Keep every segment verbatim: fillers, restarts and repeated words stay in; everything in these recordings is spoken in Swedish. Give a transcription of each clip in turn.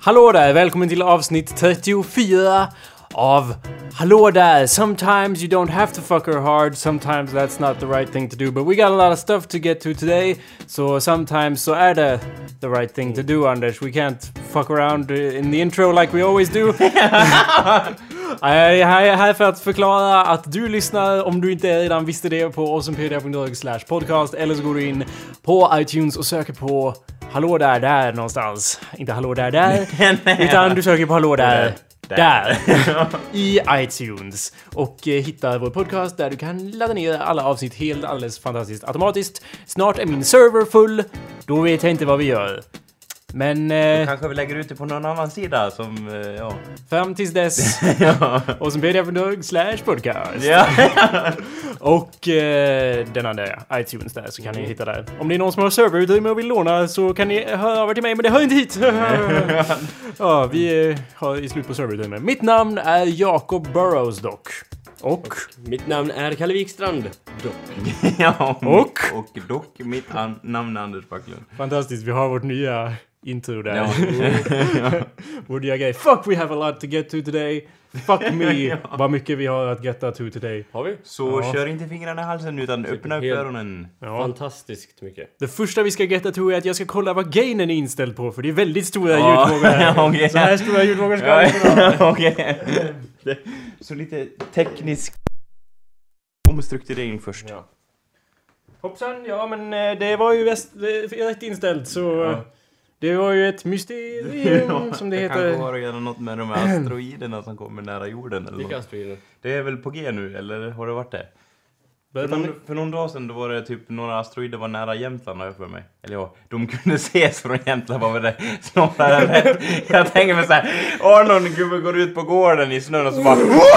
Hallå där, välkommen till avsnitt trettiofyra av Hallå där. Sometimes you don't have to fuck her hard, sometimes that's not the right thing to do, but we got a lot of stuff to get to today, so sometimes så är det the right thing to do, Anders. We can't fuck around in the intro like we always do. Jag är här för att förklara att du lyssnar, om du inte redan visste det, på awesomepedia punkt org slash podcast, eller så går du in på iTunes och söker på Hallå där, där någonstans. Inte Hallå där, där, utan du söker på Hallå där, där, i iTunes. Och eh, hittar vår podcast där du kan ladda ner alla avsnitt helt alldeles fantastiskt automatiskt. Snart är min server full, då vet jag inte vad vi gör. Men eh, kanske vi lägger ut det på någon annan sida som, eh, ja. Fram tills dess. Ja. Och som punkt org slash podcast. Ja. Och eh, den andra iTunes där, så kan ni hitta där. Om det är någon som har serverutrymme och vill låna, så kan ni höra över till mig, men det hör inte hit. Ja, vi eh, har i slut på serverutrymme. Mitt namn är Jacob Burrows dock. Och? och mitt namn är Kalle Wikstrand dock. Ja, och? Och dock mitt an- namn är Anders Backlund. Fantastiskt, vi har vårt nya intro där. Ja. Vår nya grej. Fuck, we have a lot to get to today. Fuck me, ja. Vad mycket vi har att getta to today. Har vi? Så ja. Kör inte fingrarna i halsen utan öppna upp Helt öronen. Ja. Fantastiskt mycket. Det första vi ska getta to är att jag ska kolla vad gainen är inställd på, för det är väldigt stora Ja. ljudvågor här. Okay. Så här stora ljudvågor ska Ja, vi ha. okay. Så lite teknisk omstrukturering först. Ja. Hoppsan, ja men eh, det var ju väst, eh, rätt inställt, så Ja. det var ju ett mysterium som det det heter. Det kan vara att göra något med de här asteroiderna som kommer nära jorden eller Vilka något. asteroider? Det är väl på G nu, eller har det varit det? För Berätta om någon, för någon dag sedan då var det typ några asteroider var nära Jämtland, har jag för mig. Eller ja, de kunde ses från Jämtland, var väl det snarare rätt. Jag tänker mig såhär, åh, någon gubbe går ut på gården i snön och så bara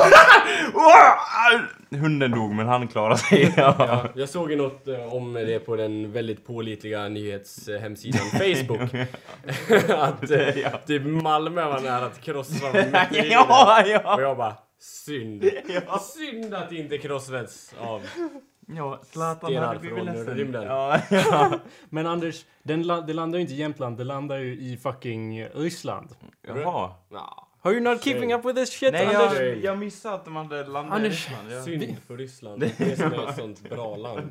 hunden dog, men han klarade sig. Ja. Ja, jag såg ju något eh, om det på den väldigt pålitliga nyhetshemsidan Facebook. Att eh, Ja. typ Malmö var nära att krossa. Ja, ja. Och jag bara, synd. Ja. Synd att det inte krossades av. Ja, Zlatan Stenar hade blivit från ledsen. rymden. Ja, ja. Men Anders, den la- det landar ju inte i Jämtland, det landar ju i fucking Ryssland. Jaha. Ja, Are you not keeping up with this shit, Nej, Anders? jag, jag missade att de hade landat i Anders, Ryssland. Ja. synd för Ryssland. Det som är ett sånt bra land.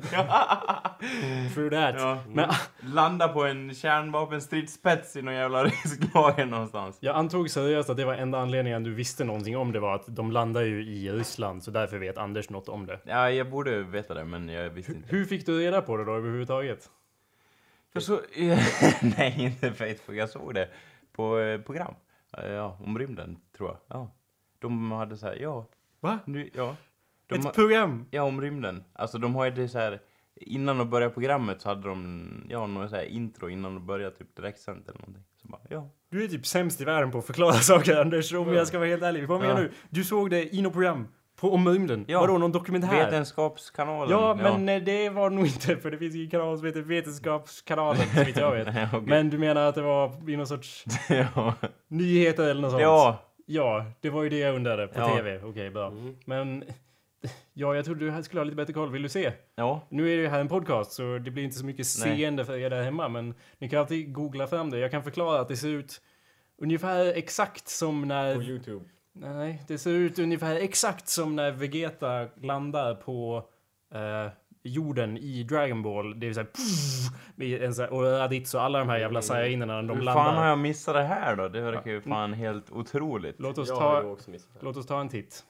True that. Ja. Men Landa på en kärnvapenstridsspets i någon jävla risklager någonstans. jag antog seriöst att det var enda anledningen du visste någonting om det, var att de landar ju i Ryssland, så därför vet Anders något om det. Ja, jag borde veta det, men jag visste inte. Hur fick du reda på det då överhuvudtaget? För så, nej, inte Facebook. Jag såg det på eh, program. Eh, Ja, om rymden, tror jag. Ja. De hade så här, ja. Va? Nu, ja. De Ett ha, program? ja, om rymden. Alltså, de har ju det så här, innan de började programmet så hade de, ja, någon så här intro innan de började typ direktsänt eller någonting. Så bara, ja. Du är typ sämst i världen på att förklara saker, Anders, om jag ska vara helt ärlig. Vad menar Ja. du? Du såg det i något program på om rymden? Ja. Vadå, någon dokumentär? Vetenskapskanalen. Ja, men eh, det var nog inte, för det finns ju en kanal som heter Vetenskapskanalen, så vitt jag vet. Nej, okej. Men du menar att det var i någon sorts ja. nyheter eller något sånt? Ja. Ja, det var ju det jag undrade på Ja. tv. Okej, bra. Mm. Men ja, jag trodde du skulle ha lite bättre koll. Vill du se? Ja. Nu är det ju här en podcast, så det blir inte så mycket Nej. seende för er där hemma, men ni kan alltid googla fram det. Jag kan förklara att det ser ut ungefär exakt som när... På YouTube. Nej, det ser ut ungefär exakt som när Vegeta landar på eh, jorden i Dragon Ball. Det är så här, pff, med en så här, och Raditz och alla de här jävla saiyanerna, de Hur landar. fan har jag missat det här då? Det verkar ju fan helt otroligt. Låt oss Jag har ju ta, också missat det. låt oss ta en titt.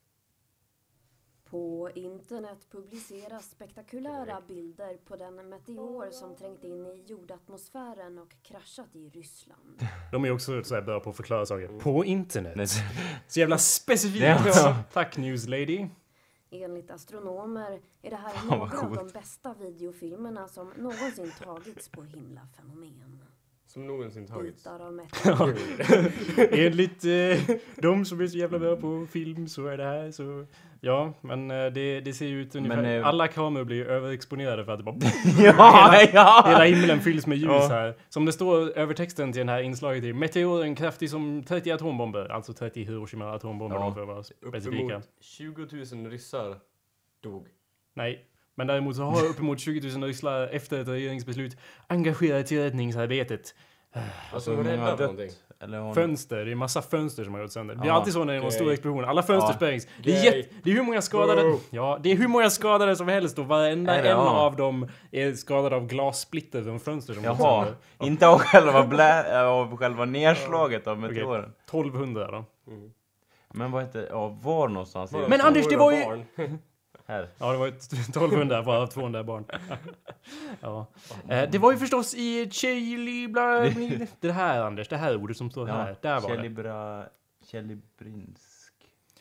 På internet publiceras spektakulära bilder på den meteor som trängt in i jordatmosfären och kraschat i Ryssland. De är också så här bra på att förklara saker. På internet. Nej. Så jävla specifikt. Ja. Ja. Tack, News Lady. Enligt astronomer är det här Fan, vad några av coolt. de bästa videofilmerna som någonsin tagits på himlafenomen. Som någonsin tagits. Bitar av meteor. Enligt eh, de som är så jävla bra på film så är det här så... Ja, men eh, det, det ser ju ut ungefär... Men, eh, alla kameror blir överexponerade för att det bara... Ja, hela, ja. hela himlen fylls med ljus Ja. här. Som det står över texten till den här inslaget i. Meteoren kraftig som trettio atombomber. Alltså trettio Hiroshima atombomber Ja. då, för att vara specifika. Uppemot tjugo tusen ryssar dog. Nej. Men däremot så har uppemot tjugo tusen ryssar efter ett regeringsbeslut engagerat till räddningsarbetet. Alltså, hon räddar någonting. Eller hon... Fönster, det är massa fönster som har gått sönder. Det är Ja, alltid så när det är någon okej. stor explosion. Alla fönster Ja. sprängs. Det är, Okej. jätte, det är hur många skadade... Wow. Ja, det är hur många skadade som helst och varenda Är det, en ja. av dem är skadad av glassplitter från fönster som gått Jaha, sönder. inte av själva, blä... av själva nedslaget av meteoren. tolvhundra då. Men vad heter ja, var någonstans? Bara Men Anders, det var ju- barn. Här. Ja, det var ju tolvhundra bara tvåhundra barn. Ja. Eh, det var ju förstås i Chili... Bla, det här, Anders, det här ordet som står här. Där var det. Kjellibra... Kjellibrinsk.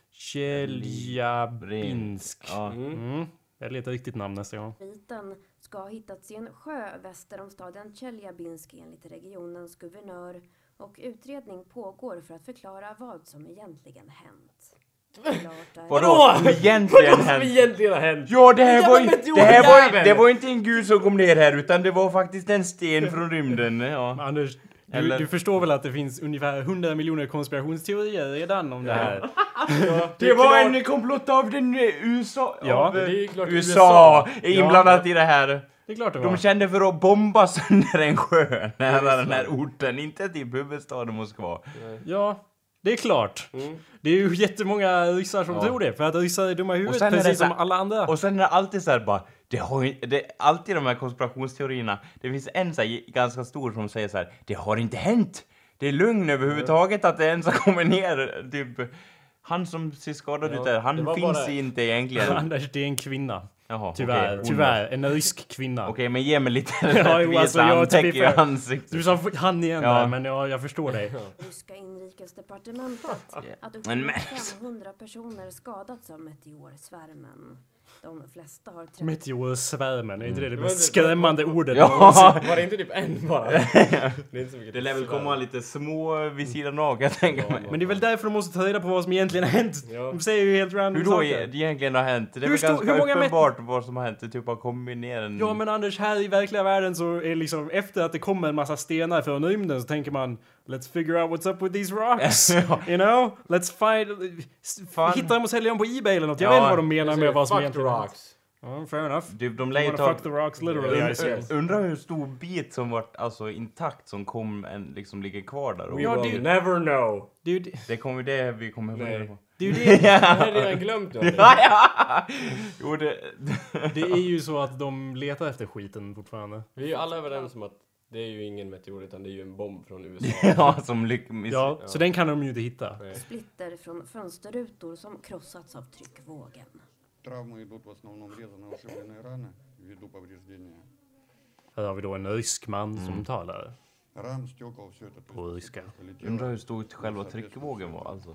Cheljabinsk. Ja. Mm. Jag letar riktigt namn nästa gång. Spriten ska ha hittats i en sjö väster om staden Tjeljabinsk enligt regionens guvernör och utredning pågår för att förklara vad som egentligen hänt. Klart är- Vadå? Egentligen Vad som hänt? egentligen har hänt? Ja, det här Jävla var ju... meteor, Det här var ju... jävel! Det var ju inte en gud som kom ner här, utan det var faktiskt en sten från rymden. Ja. Anders, du, Eller- du förstår väl att det finns ungefär hundra miljoner konspirationsteorier redan om det här? Ja, Det var klart. en komplott av den eh, U S A... Ja, av, det eh, är ju klart U S A är Ja. inblandat i det här. Det är klart det var. De kände för att bomba sönder en sjö nära den här orten, inte typ huvudstaden Moskva. Ja, det är klart. Mm. Det är ju jättemånga ryssar som Ja. tror det. För att ryssar är dumma i Och huvudet, sen är det precis så här- som alla andra. Och sen är det alltid så här bara, det har ju, det är alltid de här konspirationsteorierna. Det finns en så här, ganska stor som säger så här, det har inte hänt. Det är lugn överhuvudtaget att det ens har kommit ner. Typ, han som ser skadad Ja, ut där, det han var finns bara- inte egentligen. Anders, det är en kvinna. Jaha, Tyvärr, okej. tyvärr. En rysk kvinna. Okej, men ge mig lite Ja, jo, rättvisa. alltså, jag Han tycker täcker ju för- ansiktet. Du sa han igen Ja. där, men ja, jag förstår dig. Ryska inrikesdepartementet att upp Men till mest. femhundra personer skadats av meteorsvärmen. De flesta har träffat Meteorsvärmen, är inte det det Mm. mest skrämmande ordet Ja. någonsin? Var det inte typ en bara? Det är inte så mycket. Det lär väl komma lite små vid sidan av, jag tänker Ja, mig. Men det är väl därför de måste ta reda på vad som egentligen har hänt. Ja. De säger ju helt random Hur då saker. e- egentligen har hänt? Det är Hur väl stor- ganska hur många met- uppenbart vad som har hänt. Det typ har kommit ner en... Ja men Anders, här i verkliga världen så är liksom efter att det kommer en massa stenar från rymden så tänker man let's figure out what's up with these rocks. You know? Let's find... Fan. Hitta dem och sälja dem på eBay eller något. Jag Ja, vet inte vad de menar med vad som Fuck the egentligen har hänt. rocks. Ja, fair enough. Typ, de I lär ju wanna ta... fuck the rocks literally, I see. Und- Undrar hur stor bit som vart alltså intakt som kom en, liksom ligger kvar där. Och We Ja, will det- never know. Det är ju det, det kommer det vi kommer Nej. fundera på. det, är ju det. Det här är redan glömt nu. Ja, ja. Jo, det... Det är ju så att de letar efter skiten fortfarande. Vi är ju alla överens om att det är ju ingen meteor utan det är ju en bomb från U S A. ja, som lyckas... Ja, så den kan de ju inte hitta. Nej. splitter från fönsterrutor som krossats av tryckvågen. Травмы идут в основном резано ушибленные раны ввиду повреждения. Här har vi då en rysk man som talar Рам, стекол, все это. på ryska. Undrar hur stor själva tryckvågen var alltså.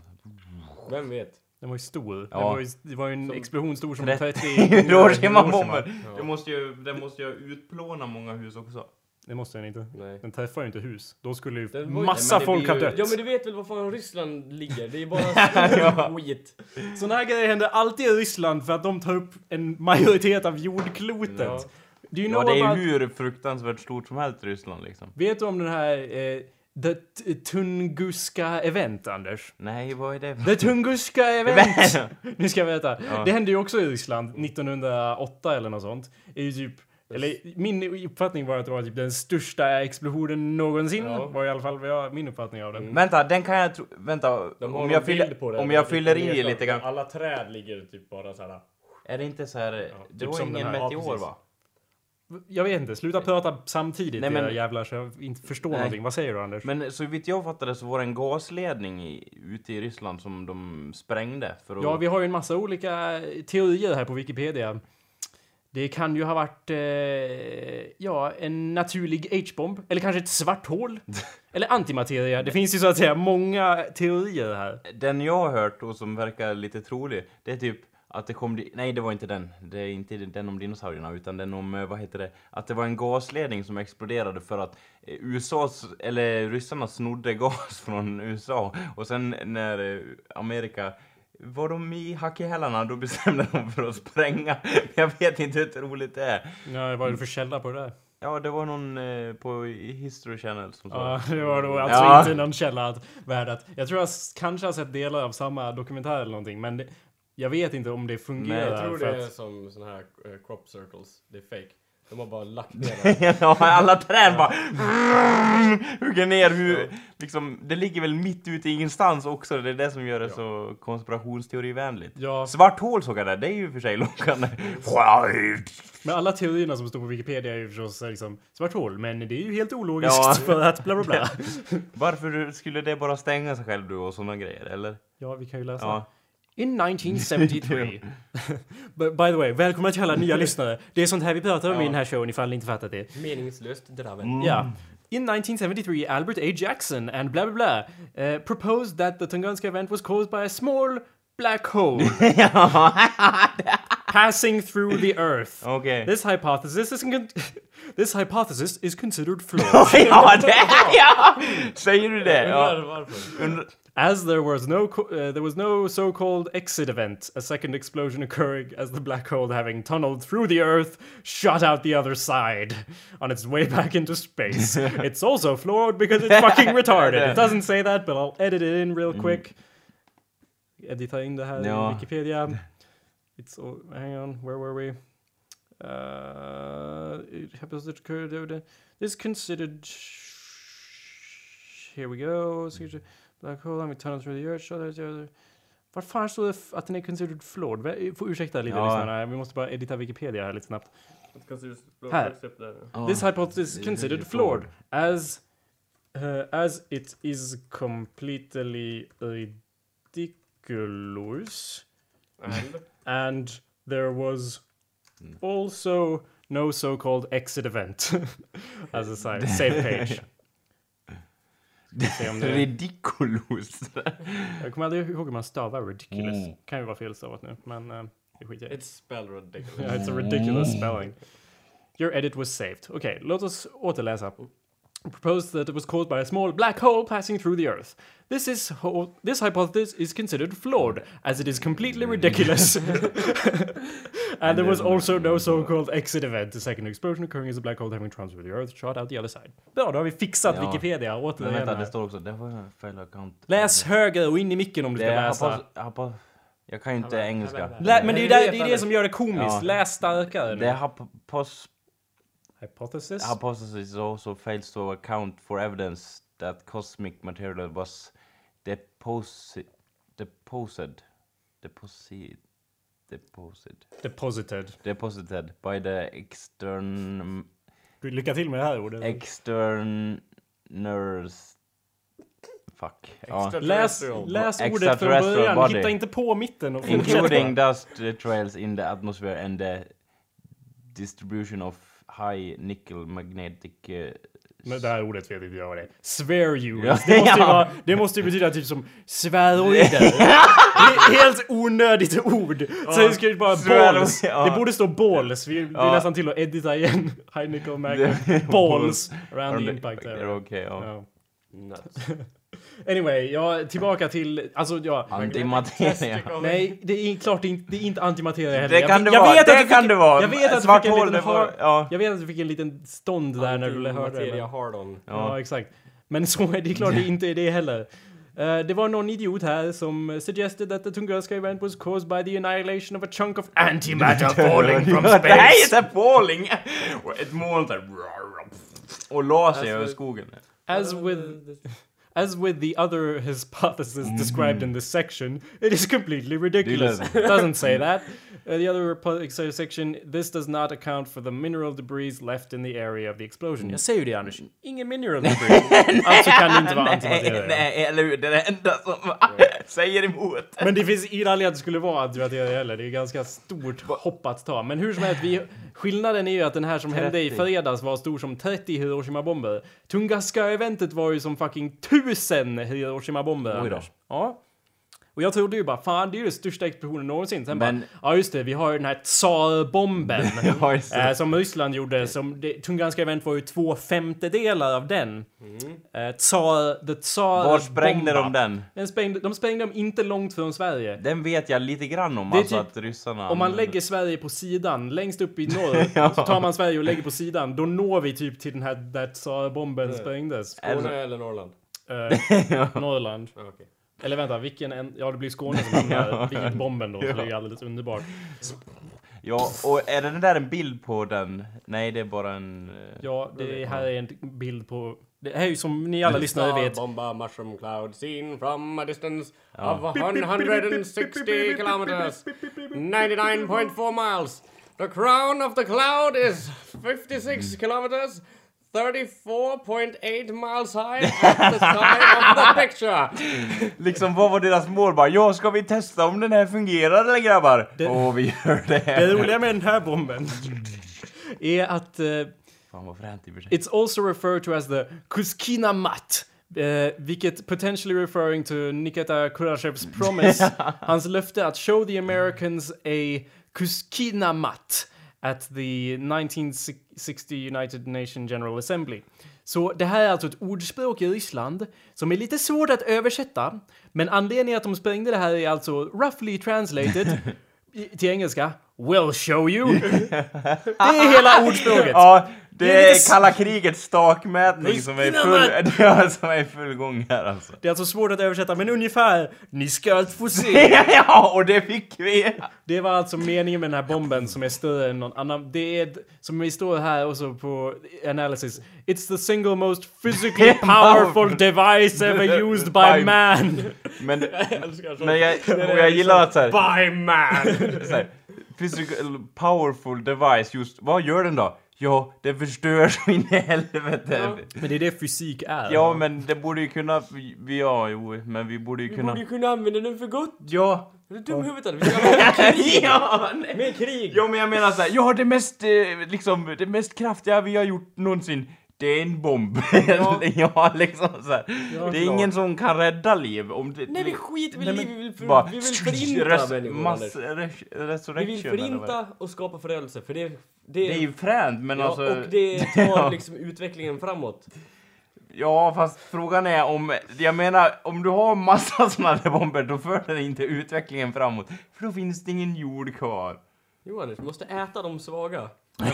Vem vet? Den var ju stor. Ja. Det, var ju, det var ju en explosion stor som trettio trettio Hiroshima-bomber. Ja. Det måste ju, det måste ju utplåna många hus också. Det måste den inte. Nej. Den träffar ju inte hus. Då skulle ju Den var ju- massa men det folk blir ha ju- dött. Ja men du vet väl var fan Ryssland ligger? Det är bara stor skit. Sådana här grejer händer alltid i Ryssland för att de tar upp en majoritet av jordklotet. Ja. Do you Ja, know det är about... ju hur fruktansvärt stort som helst Ryssland liksom. Vet du om den här eh, The T- Tunguska Event, Anders? Nej, vad är det? The Tunguska Event! Nu ska jag veta. Ja. Det hände ju också i Ryssland nittonhundraåtta eller något sånt. Det är ju typ... Eller min uppfattning var att det var typ den största explosionen någonsin. Ja. Var i alla fall vad jag, min uppfattning av den. Mm. Vänta, den kan jag tro... Vänta, De har om någon jag bild fyller, på det. om jag Typ fyller i nedslag. lite grann. Alla träd ligger typ bara såhär. Är det inte så här... det typ var som ingen den här. meteor Ja, precis. va? Jag vet inte, sluta prata samtidigt Nej, Nej, men- men... jävlar så jag inte förstår Nej. någonting. Vad säger du, Anders? Men så vitt jag fattade så var det en gasledning i, ute i Ryssland som de sprängde för att... Ja, vi har ju en massa olika teorier här på Wikipedia. Det kan ju ha varit eh, ja, en naturlig H-bomb, eller kanske ett svart hål, eller antimateria. Det finns ju så att säga många teorier här. Den jag har hört och som verkar lite trolig, det är typ att det kom... di- Nej, det var inte den. Det är inte den om dinosaurierna, utan den om, eh, vad heter det? Att det var en gasledning som exploderade för att eh, U S A's, eller ryssarna snodde gas från U S A. Och sen när eh, Amerika... Var de i hackhälarna, då bestämde de för att spränga. Jag vet inte hur troligt det är. Ja, vad är det för källa på det där? Ja, det var någon eh, på History Channel som sa Ja, det. det var då alltså Ja. inte någon källa att värd att... Jag tror jag s- kanske har sett delar av samma dokumentär eller någonting, men det, jag vet inte om det fungerar. Jag tror för det är att, som såna här eh, crop circles. Det är fake. De har bara lagt ner. Ja, alla träd bara hugger ner hur, liksom, det ligger väl mitt ute i ingenstans också. Det är det som gör det ja. så konspirationsteorivänligt. Ja. Svart hål såg jag där, det är ju för sig lockande. Men alla teorierna som står på Wikipedia är ju förstås liksom svart hål, men det är ju helt ologiskt ja. för att bla bla bla. Varför skulle det bara stänga sig själv då och sådana grejer, eller? Ja, vi kan ju läsa. Ja. In nineteen seventy-three. By the way, välkomna till alla nya lyssnare. Det är sånt här vi pratar om ja. i den här showen ifall ni inte fattat det. Meningslöst draven. Mm. Ja. In nineteen seventy-three, Albert A. Jackson and blah blah blah uh, proposed that the Tunguska event was caused by a small black hole passing through the Earth. Okay. This hypothesis is con- this hypothesis is considered flawed. Ja, det ja. Säger du det? Ja. As there was no co- uh, there was no so-called exit event, a second explosion occurring as the black hole, having tunneled through the Earth, shot out the other side on its way back into space. It's also flawed because it's fucking retarded. It doesn't say that, but I'll edit it in real quick. Edita in det här ja. i Wikipedia. It's all, hang on, where were we? Uh, it happens that occurred. This considered. Here we go. Black hole having tunneled through the Earth. Shot out the other. Var fan står det att den är considered flawed? Får ursäkta lite ja. lyssnarna. Vi måste bara edita Wikipedia här lite snabbt. Här. Oh. This hypothesis is considered flawed as uh, as it is completely ridiculous and, and there was also no so-called exit event as a side save page. Ridiculous. Jag kommer aldrig ihåg hur man stavar ridiculous. Mm. Kan ju vara felstavat nu, men uh, det skiter jag i. It's spelled ridiculous. Yeah, it's a ridiculous spelling. Your edit was saved. Okay, låt oss återläsa. Proposed that it was caused by a small black hole passing through the Earth. This is ho- this hypothesis is considered flawed, as it is completely ridiculous. And there was also no so-called exit event. The second explosion occurring as a black hole having transferred through the Earth, shot out the other side. Bra, då har vi fixat ja. Wikipedia. Men vänta, det står också, det var fel account. Läs höger och in i micken om du ska det, läsa. Jag, jag, jag, jag kan ju inte jag engelska. Lä, men det är, där, det är det som gör det komiskt. Ja. Läs starkare. Det har pos... Hypothesis? Hypothesis also fails to account for evidence that cosmic material was deposi- deposited deposit deposited deposited deposited by the extern lycka till med det här ordet. Externers fuck. Ja. Läs, läs ordet från början. Body. Hitta inte på mitten och including dust trails in the atmosphere and the distribution of high nickel magnetic uh, men det här ordet vet inte jag vad det är. Swear-use. Det måste ju vara, det måste ju betyda typ som sväroider. Det är helt onödigt ord. Så det ska ju bara balls. Det borde stå balls. Vi blir nästan till att edita igen. High nickel magnetic balls around the impact area. Okej, ja. Anyway, ja, tillbaka till alltså ja, antimateria. Nej, det är klart det är inte, det är inte antimateria heller. Det kan jag, det jag vara. Vet det att kan fick, det vara. Jag vet att svart du fick en hål, liten var, ja. Jag vet att du fick en liten stånd där när du hörde det. Men, hard-on. Ja. ja, exakt. Men så är det klart det inte är det heller. Uh, det var någon idiot här som suggested that the Tunguska event was caused by the annihilation of a chunk of antimatter falling from space. Det här är så falling. Ett moln där och la sig över skogen. As with As with the other hypothesis mm. described in this section, it is completely ridiculous. It doesn't say that. Uh, the other repo- section, this does not account for the mineral debris left in the area of the explosion. Jag säger ju det, Anders. Ingen mineral debris. Alltså kan det inte vara antimateria. Nej, eller hur? Det är det enda som säger emot. Men det finns ingen anledning att det skulle vara antimateria heller. Det är ganska stort hopp att ta. Men hur som helst, vi, skillnaden är ju att den här som trettio hände i fredags var stor som trettio Hiroshima-bomber. Tunguska-eventet var ju som fucking tusen Hiroshima-bomber. Oj då. Ja. Och jag trodde ju bara, fan det är ju den största explosionen någonsin. Sen men, bara, ja just det, vi har ju den här Tsar-bomben äh, som Ryssland gjorde. Som det, Tunguska event var ju två femtedelar av den. Mm. Äh, Tsar, the Tsar var sprängde de den? den sprängde, de sprängde dem inte långt från Sverige. Den vet jag lite grann om, det alltså typ, att ryssarna... Om man lägger Sverige på sidan, längst upp i norr, ja. Så tar man Sverige och lägger på sidan, då når vi typ till den här där Tsar-bomben mm. sprängdes. Skåne eller Norrland? Uh, Norrland. Ah, okay. Eller vänta, vilken en, ja det blir Skåne som hamnar, vilket bomben då, så det är alldeles underbart. Ja, och är det där en bild på den? Nej, det är bara en... eh, Ja, det här är en bild på... Det här är ju som ni alla lyssnare vet. Bomba mushroom cloud seen from a distance of one hundred sixty kilometers, ninety-nine point four miles. The crown of the cloud is fifty-six kilometers, thirty-four point eight miles high at the time of the picture. Liksom, vad var deras mål? Bara, ja, ska vi testa om den här fungerar eller grabbar? Det- Och vi gör det. Det roliga med den här bomben är att... eh, Fan vad fränt i och för sig. It's also referred to as the Kuskina Mat, uh, vilket potentially referring to Nikita Khrushchevs promise, hans löfte att show the Americans a Kuskina Mat at the nineteen sixty United Nations General Assembly. Så det här är alltså ett ordspråk i Ryssland som är lite svårt att översätta, men anledningen att de sprängde det här är alltså roughly translated i- till engelska, will show you. Det är hela ordspråket. Ja, det, Det är är lite kalla krigets stakmätning som är, full, ja, som är i full gång här alltså. Det är alltså svårt att översätta, men ungefär, ni ska få se. Ja, och det fick vi! Det var alltså meningen med den här bomben som är större än någon annan. Det är, som vi står här också på analysis, it's the single most physically powerful device ever used by man. Men, men jag, och jag gillar att såhär, By man! så här, physical powerful device, just, vad gör den då? Ja, det förstör så in i helvete. Men det är det fysik är. Ja, men det borde ju kunna, vi, ja, jo, men vi borde ju Vi kunna... borde ju kunna använda den för gott. Ja, Är du dum i huvudet? Vi ska ha krig. ja, nej. Mer krig. Ja, men jag menar så här, ja, det mest, eh, liksom, det mest kraftiga vi har gjort någonsin, det är en bomb. Ja, ja liksom så här. Ja, det är ingen som kan rädda liv. Om det, Nej, vi skiter väl i. Vi vill, för, bara, vi vill förinta res, människor, mass, Anders. res, resurrection. Vi vill eller vad förinta och skapa förödelse. För det, det, det är ju fränt, men ja, alltså... och det tar ja. liksom utvecklingen framåt. Ja, fast frågan är om... Jag menar, om du har massa sådana där bomber, då för den inte utvecklingen framåt. För då finns det ingen jord kvar. Jo, Anders, vi måste äta de svaga.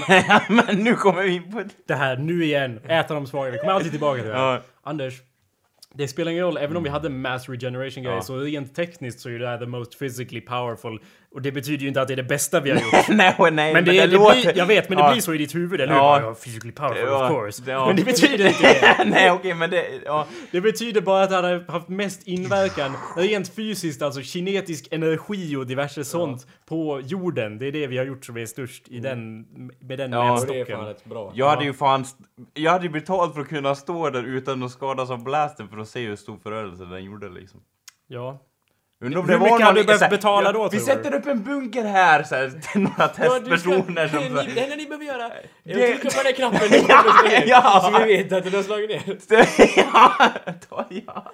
Men nu kommer vi in på... Det här, nu igen, äta de svaga. Vi kommer alltid tillbaka till det här. Ja. Anders, det spelar ingen roll, även om vi hade mass regeneration grejer, Ja. så rent tekniskt så är det här the most physically powerful. Och det betyder ju inte att det är det bästa vi har gjort. nej, nej, Men det, det, låter... blir, jag vet, men det Ja. blir så i ditt huvud, eller hur? Ja. Ja, ja, physically powerful, Ja, of course. det- ja. Men det betyder inte det. nej, okej, men det... Ja. Det betyder bara att han har haft mest inverkan, rent fysiskt, alltså kinetisk energi och diverse sånt på jorden. Det är det vi har gjort som är störst i den, med den Ja, Och det är mätstocken. fan rätt bra. Jag hade ju fan... st- Jag hade ju betalt för att kunna stå där utan att skadas av blasten för att se hur stor förödelse den gjorde liksom. Ja. Undrar om Hur det var mycket någon- hade du behövt så här, betala ja, då, Vi tror sätter upp en bunker här så här, till några Ja, du ska- testpersoner som... det, så här- ni, det enda ni behöver göra är Det- att trycka på den här knappen nu Ja, kommer det slå ner, ja. så vi vet att den har slagit ner. ja, ta, ja.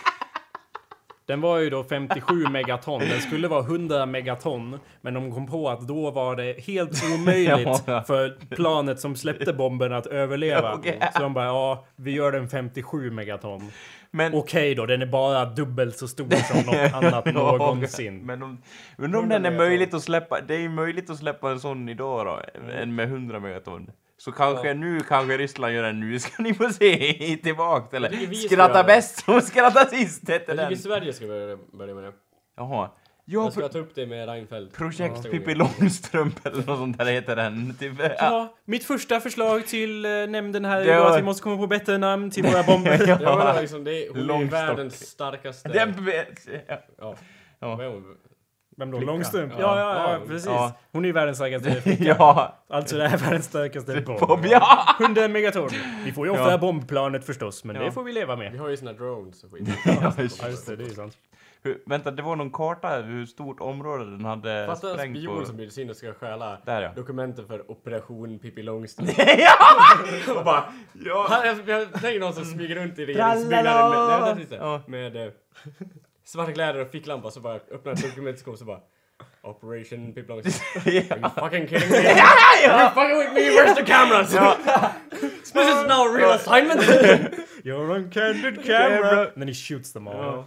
Den var ju då femtiosju megaton. Den skulle vara hundra megaton. Men de kom på att då var det helt omöjligt Ja. för planet som släppte bomben att överleva. Okej. Så de bara, ja, vi gör den femtiosju megaton. Men... Okej då, den är bara dubbelt så stor som något annat någonsin. Men om, undrar om den är möjligt att släppa... Det är ju möjligt att släppa en sån idag då. En med hundra megaton. Så kanske Ja. nu kanske Ryssland gör den. Nu ska ni få se tillbaka. Jag tycker Eller vi ska skratta göra det. bäst som skrattar sist heter Jag den. tycker Sverige ska börja, börja med det. Jaha. Ja, Jag ska pro- ta upp det med Reinfeldt. projekt nästa Pippi gång. Långstrump eller något sånt där heter den. Typ, ja. Ja, mitt första förslag till eh, nämnden här Det är då var- att vi måste komma på bättre namn till våra bomber. Jag menar liksom, det är, hon är Långstock. världens starkaste... Den vet- ja. Ja. Ja. Vad är hon? Vem då? Flicka. Långstrump? Ja. Ja, ja, ja, Ja, precis. ja. Hon är ju världens starkaste flicka. Ja. Alltså det här är världens starkaste bomb. Bob, ja. hundra megaton. Vi får ju offra Ja. bombplanet förstås, men Ja. det får vi leva Vi med. har ju såna drones och skit. Ja, Ja, just det, det är ju sant. Hur, vänta, det var någon karta här, hur stort område den hade Fast en sprängt spion på. som bjuds in och ska stjäla Där ja. dokumenten för Operation Pippi Långstrump. ja! Och bara, ja. Han- Jag, jag tänker någon som smyger runt i regeringsbyggnaden med, nej, vänta, lite. Ja. med eh, svarta kläder och ficklampa, så bara öppnar ett dokumentskåp så bara Operation Pippi Långstrump. Are you fucking kidding me? Are you fucking with me? Where's the cameras? This is now a real assignment. You're on candid camera. And then he shoots them all. Ja.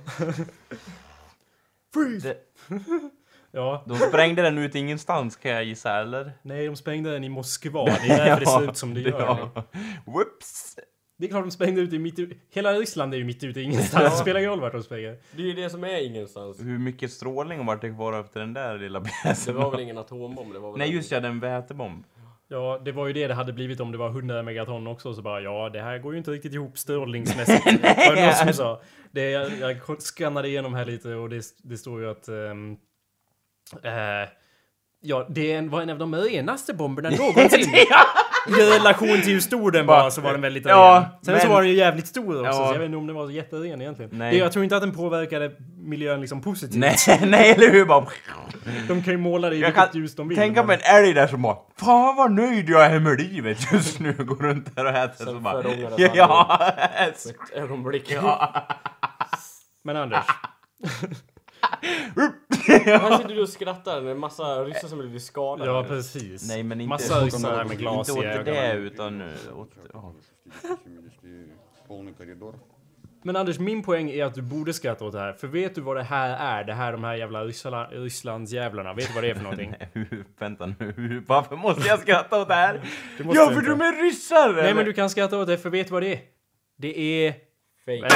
Freeze! Det, Ja. de sprängde den ut ingenstans kan jag gissa, eller? Nej, de sprängde den i Moskva. Det är därför det ser ut som det gör. Ja. Whoops! Det är klart de sprängde ut i mitt u- Hela Ryssland är ju mitt ute i ingenstans. Det spelar ingen roll vart de spränger. Det är ju det som är ingenstans. Hur mycket strålning var det kvar efter den där lilla Det pjäsen? var väl ingen atombomb? Det var väl Nej, just ja, den vätebomb. Ja, det var ju det det hade blivit om det var hundra megaton också. Så bara, ja, det här går ju inte riktigt ihop strålningsmässigt. Det var någon som sa. Det, jag, jag skannade igenom här lite och det, det står ju att... Um, uh, ja, det var en av de renaste bomberna någonsin. I relation till hur stor den var så var den väldigt ja, ren. Sen men, så var den ju jävligt stor också, ja. så jag vet inte om den var så jätteren egentligen. Nej. Det, jag tror inte att den påverkade miljön liksom positivt. Nej, nej, eller hur? Bara... De kan ju måla det i Jag vilket kan ljus de vill. tänka mig en älg där som bara, fan vad nöjd jag är med livet just nu. Går runt där och äter så bara... förångrades Ja, ett ögonblick. ja. Men Anders, Här sitter du och skrattar. Det är en massa ryssar som blir skadade. ja precis. Nej, men inte, Massa ryssar här med glas inte i åt det ögonen. utan uh, åt... ja. шестьдесят полный коридор. Men Anders, min poäng är att du borde skratta åt det här. För vet du vad det här är? Det här, de här jävla Ryssla, Rysslandsjävlarna. Vet du vad det är för någonting? Nej, hur- vänta nu, hur- varför måste jag skratta åt det här? Du måste Ja, för inte. de är ryssar! Nej, eller? men du kan skratta åt det, för vet du vad det är? Det är... Fake.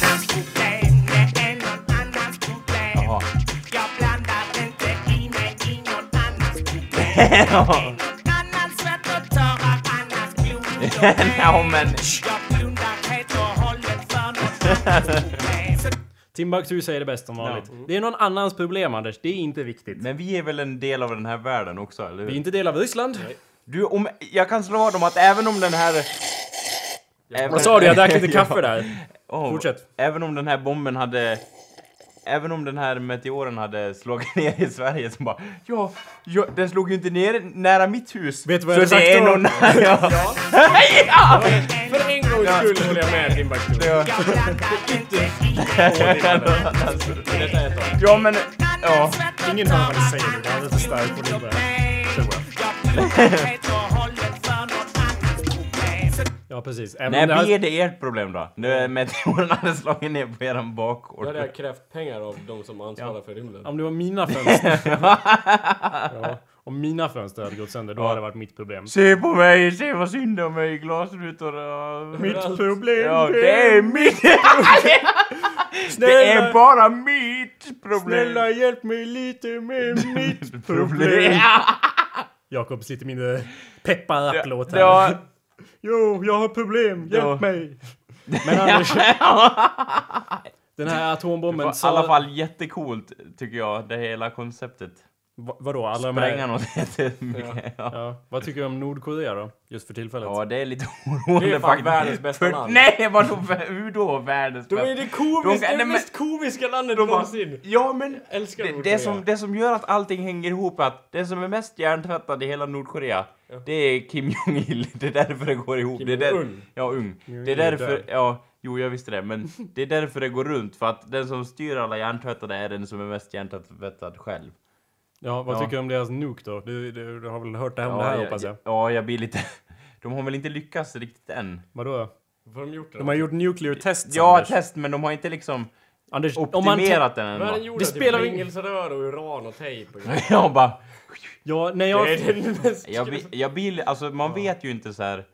Jaha. Jag blandar inte i mig i någon annans problem. Ja. Någon annans svett och tårar, annars blod och Ja, men... jag blundar helt och hållet för någon annans problem. Så Timbuktu säger det bäst som vanligt. Det är någon annans problem, Anders. Det är inte viktigt. Men vi är väl en del av den här världen också, eller hur? Vi är inte del av Ryssland. Du, om, jag kan slå vad om att även om den här... Även, Vad sa du? Jag drack lite kaffe där. Åh, Fortsätt. Även om den här bomben hade... Även om den här meteoren hade slagit ner i Sverige så bara... Ja, ja den slog ju inte ner nära mitt hus. Vet du vad så jag hade det sagt är då? någon... Ja. Ja. För en gångs skull håller jag med Timbuktu. Ja. jag blandar inte i Detta är ett tag. Ja, men... Ja. Ingen hör vad ni säger nu. Det är alldeles för starkt på din början. jag blundar helt och hållet för någon annans problem. Så Ja, precis. Även om När det här- blir det ert problem då? När meteoren hade slagit ner på eran Då bakgård. hade jag krävt pengar av de som ansvarar för rymden. Om det var mina fönster. Ja. Om mina fönster hade gått sönder, då hade det varit mitt problem. Se på mig, se vad synd om mig i glasrutor. och- Mitt problem. Ja, det är mitt... Det är bara mitt problem. Snälla, hjälp mig lite med mitt problem. problem. Jakobs lite mindre peppad applåt här. Ja, Jo, jag har problem. Hjälp Ja. mig. Men Anders, den här det atombomben... var i alla fall jättecoolt tycker jag, det hela konceptet. Va, vadå? Alla de Spränga här... något jättemycket. Ja. Ja. Vad tycker du om Nordkorea då? Just för tillfället. Ja, det är lite oroande Det är fan faktiskt. världens bästa För- land. Nej, vadå, hur då världens De bästa? är det komiska, De- det nej, men- mest komiska landet De bara- någonsin. Ja, men Älskar det, det, Nordkorea. som, det som gör att allting hänger ihop är att det som är mest hjärntvättad i hela Nordkorea, Ja. det är Kim Jong-Il. Det är därför det går ihop. Kim det är där, Jong-Un. Ja, ung. Jong-Il Det är är därför, död. ja, jo jag visste det, men det är därför det går runt. För att den som styr alla hjärntvättade är den som är mest hjärntvättad själv. Ja, vad Ja. tycker du om deras nuke då? Du, du, du har väl hört det här om det här, hoppas jag. Ja, jag blir lite... De har väl inte lyckats riktigt än. Vadå? Vad har de gjort då? De har gjort nuclear tests, Ja, Anders. test, men de har inte liksom Anders, om man... optimerat den än. Världen va? gjorde Det typ spelar ingen- ringelserör och uran och tejp. Och Jag bara... Ja, när jag... det är den mest... Jag, blir- jag blir... Alltså, man vet ju inte så här...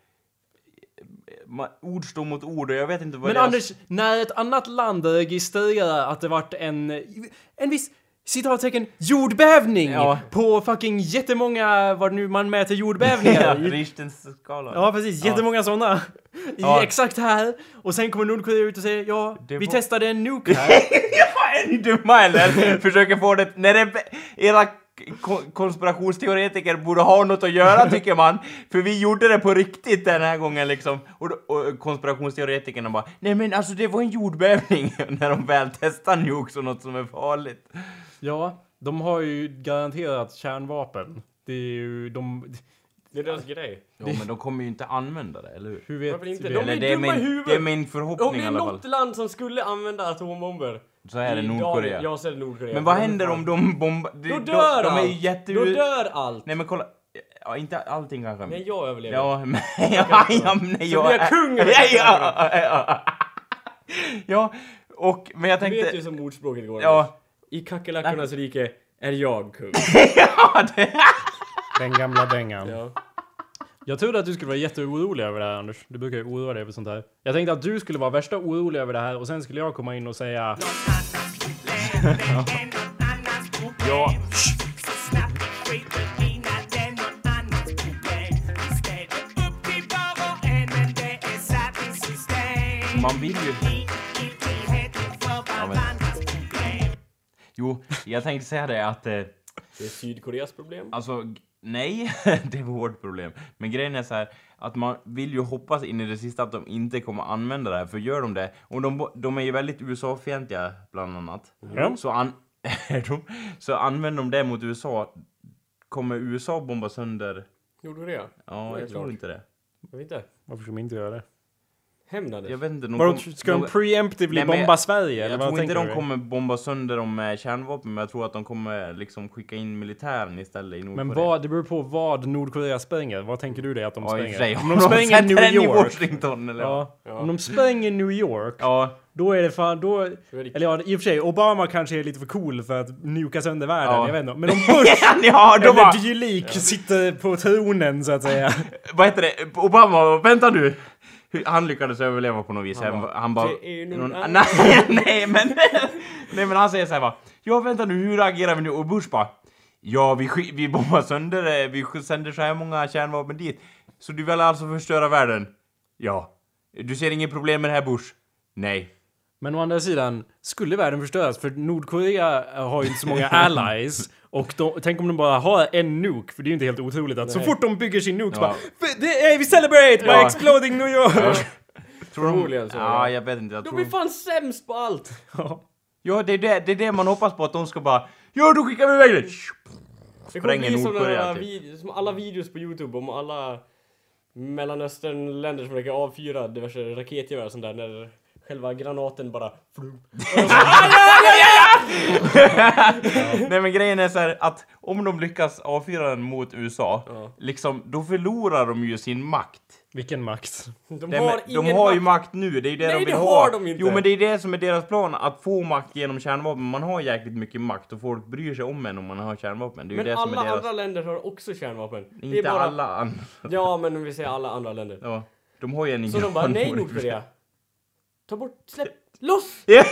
Ma- ord står mot ord och jag vet inte vad Men deras- Anders, när ett annat land registrerar att det varit en... En viss... Citattecken jordbävning Ja. på fucking jättemånga, vad nu man mäter jordbävningar i. Richterskalan. Ja, precis. Jättemånga sådana. I Ja. exakt här. Och sen kommer Nordkorea ut och säger ja, Det vi var- testade en nuke här. Ja, är ni dumma eller? Försöker få det... När det... Era ko- konspirationsteoretiker borde ha något att göra tycker man. För vi gjorde det på riktigt den här gången liksom. Och, då- och konspirationsteoretikerna bara nej men alltså det var en jordbävning. När de väl testar nukes och något som är farligt. Ja, de har ju garanterat kärnvapen. Det är ju de... Det är deras grej. Ja men de kommer ju inte använda det, eller hur? Hur vet Varför inte? vi? De Eller är det är, dumma i min, huvudet. det är min Om förhoppning det i är alla fall. något land som skulle använda atombomber. Så är det i Nordkorea. dag- Jag säger Nordkorea. Men vad händer om de bombar... Då dör de, de är ju allt. jätte... Då dör allt. Nej men kolla. Ja, inte allting kanske. Men jag överlever. Ja, men... Ja, ja, men nej, Så jag... blir jag kung över Ja, det. ja, ja. Ja, och... Men jag Du vet ju tänkte... som ordspråket går. Ja. I kackerlackornas rike är jag kung. Ja, det... Den gamla dängan. Ja. Jag trodde att du skulle vara jätteorolig över det här, Anders. Du brukar ju oroa dig över sånt här. Jag tänkte att du skulle vara värsta orolig över det här och sen skulle jag komma in och säga... Ja. Man vill ju... Ja, men... Jo, jag tänkte säga det att... Eh, Det är Sydkoreas problem. alltså, nej, det är vårt problem. Men grejen är så här, att man vill ju hoppas in i det sista att de inte kommer använda det här. För gör de det, och de, de är ju väldigt U S A-fientliga bland annat. Ja. Så, an, de, så använder de det mot U S A. Kommer U S A bomba sönder? Nordkorea? Ja, Det är jag tror klart. inte det. Jag vet inte. Varför ska de inte göra det? Hämnades. Jag vet inte. De Vadå, kom- ska de preemptively Nej, men bomba Sverige? Eller Jag vad tror inte tänker de du? kommer bomba sönder dem med kärnvapen, men jag tror att de kommer liksom skicka in militären istället i Nordkorea. Men vad, det beror på vad Nordkorea spränger. Vad tänker du det att de Ja, i och för sig. spränger? Om de spränger sätter New den i York. Washington, eller Ja. Ja. Om de spränger New York, Ja. då är det fan... Då, Då är det- eller ja, i och för sig, Obama kanske är lite för cool för att nuka sönder världen. Ja. Jag vet inte. Men om Bush Ja, då bara... eller dylik sitter på tronen, så att säga. Vad heter det? Obama, vänta nu! Hur- Han lyckades överleva på något vis. Han, bara, han bara... "Det är nog någon- annan." nej, nej, men... nej, men han säger så här bara... Ja, vänta nu, hur agerar vi nu? Och Bush bara... Ja, vi, sk- vi bombar sönder det. Vi sk- sänder så här många kärnvapen dit. Så du vill alltså förstöra världen? Ja. Du ser ingen problem med det här, Bush? Nej. Men å andra sidan, skulle världen förstöras? För Nordkorea har ju inte så många allies. Och de, tänk om de bara har en nuke, för det är ju inte helt otroligt att så Nej. fort de bygger sin nuke så Ja. bara "Det är, vi celebrate by Ja. exploding New York!" Tror de... Förmodligen så, Ja, ja. jag vet inte. Jag De tror... blir fan sämst på allt! Ja, det är det, det är det man hoppas på, att de ska bara... Ja, då skickar vi iväg det! Det kommer Spränger bli som, Nordkorea, några typ. vid- som alla videos på YouTube om alla Mellanöstern-länder som försöker avfyra diverse raketgevär och sånt där, när själva granaten bara... Nej, men grejen är så här att om de lyckas avfyra den mot U S A, Ja. liksom, då förlorar de ju sin makt. Vilken makt. De Nej, har men, ingen de har ju makt. makt nu, det är ju det Nej, de vill det ha. har de inte. Jo, men det är det som är deras plan, att få makt genom kärnvapen. Man har jäkligt mycket makt och folk bryr sig om en om man har kärnvapen. Det är ju Men det som alla är deras... andra länder har också kärnvapen. Det är Inte bara... alla andra. Ja, men om vi säger alla andra länder. Ja, de har ju en Så de bara, nej Nordkorea. Ta bort, släpp, loss! ja,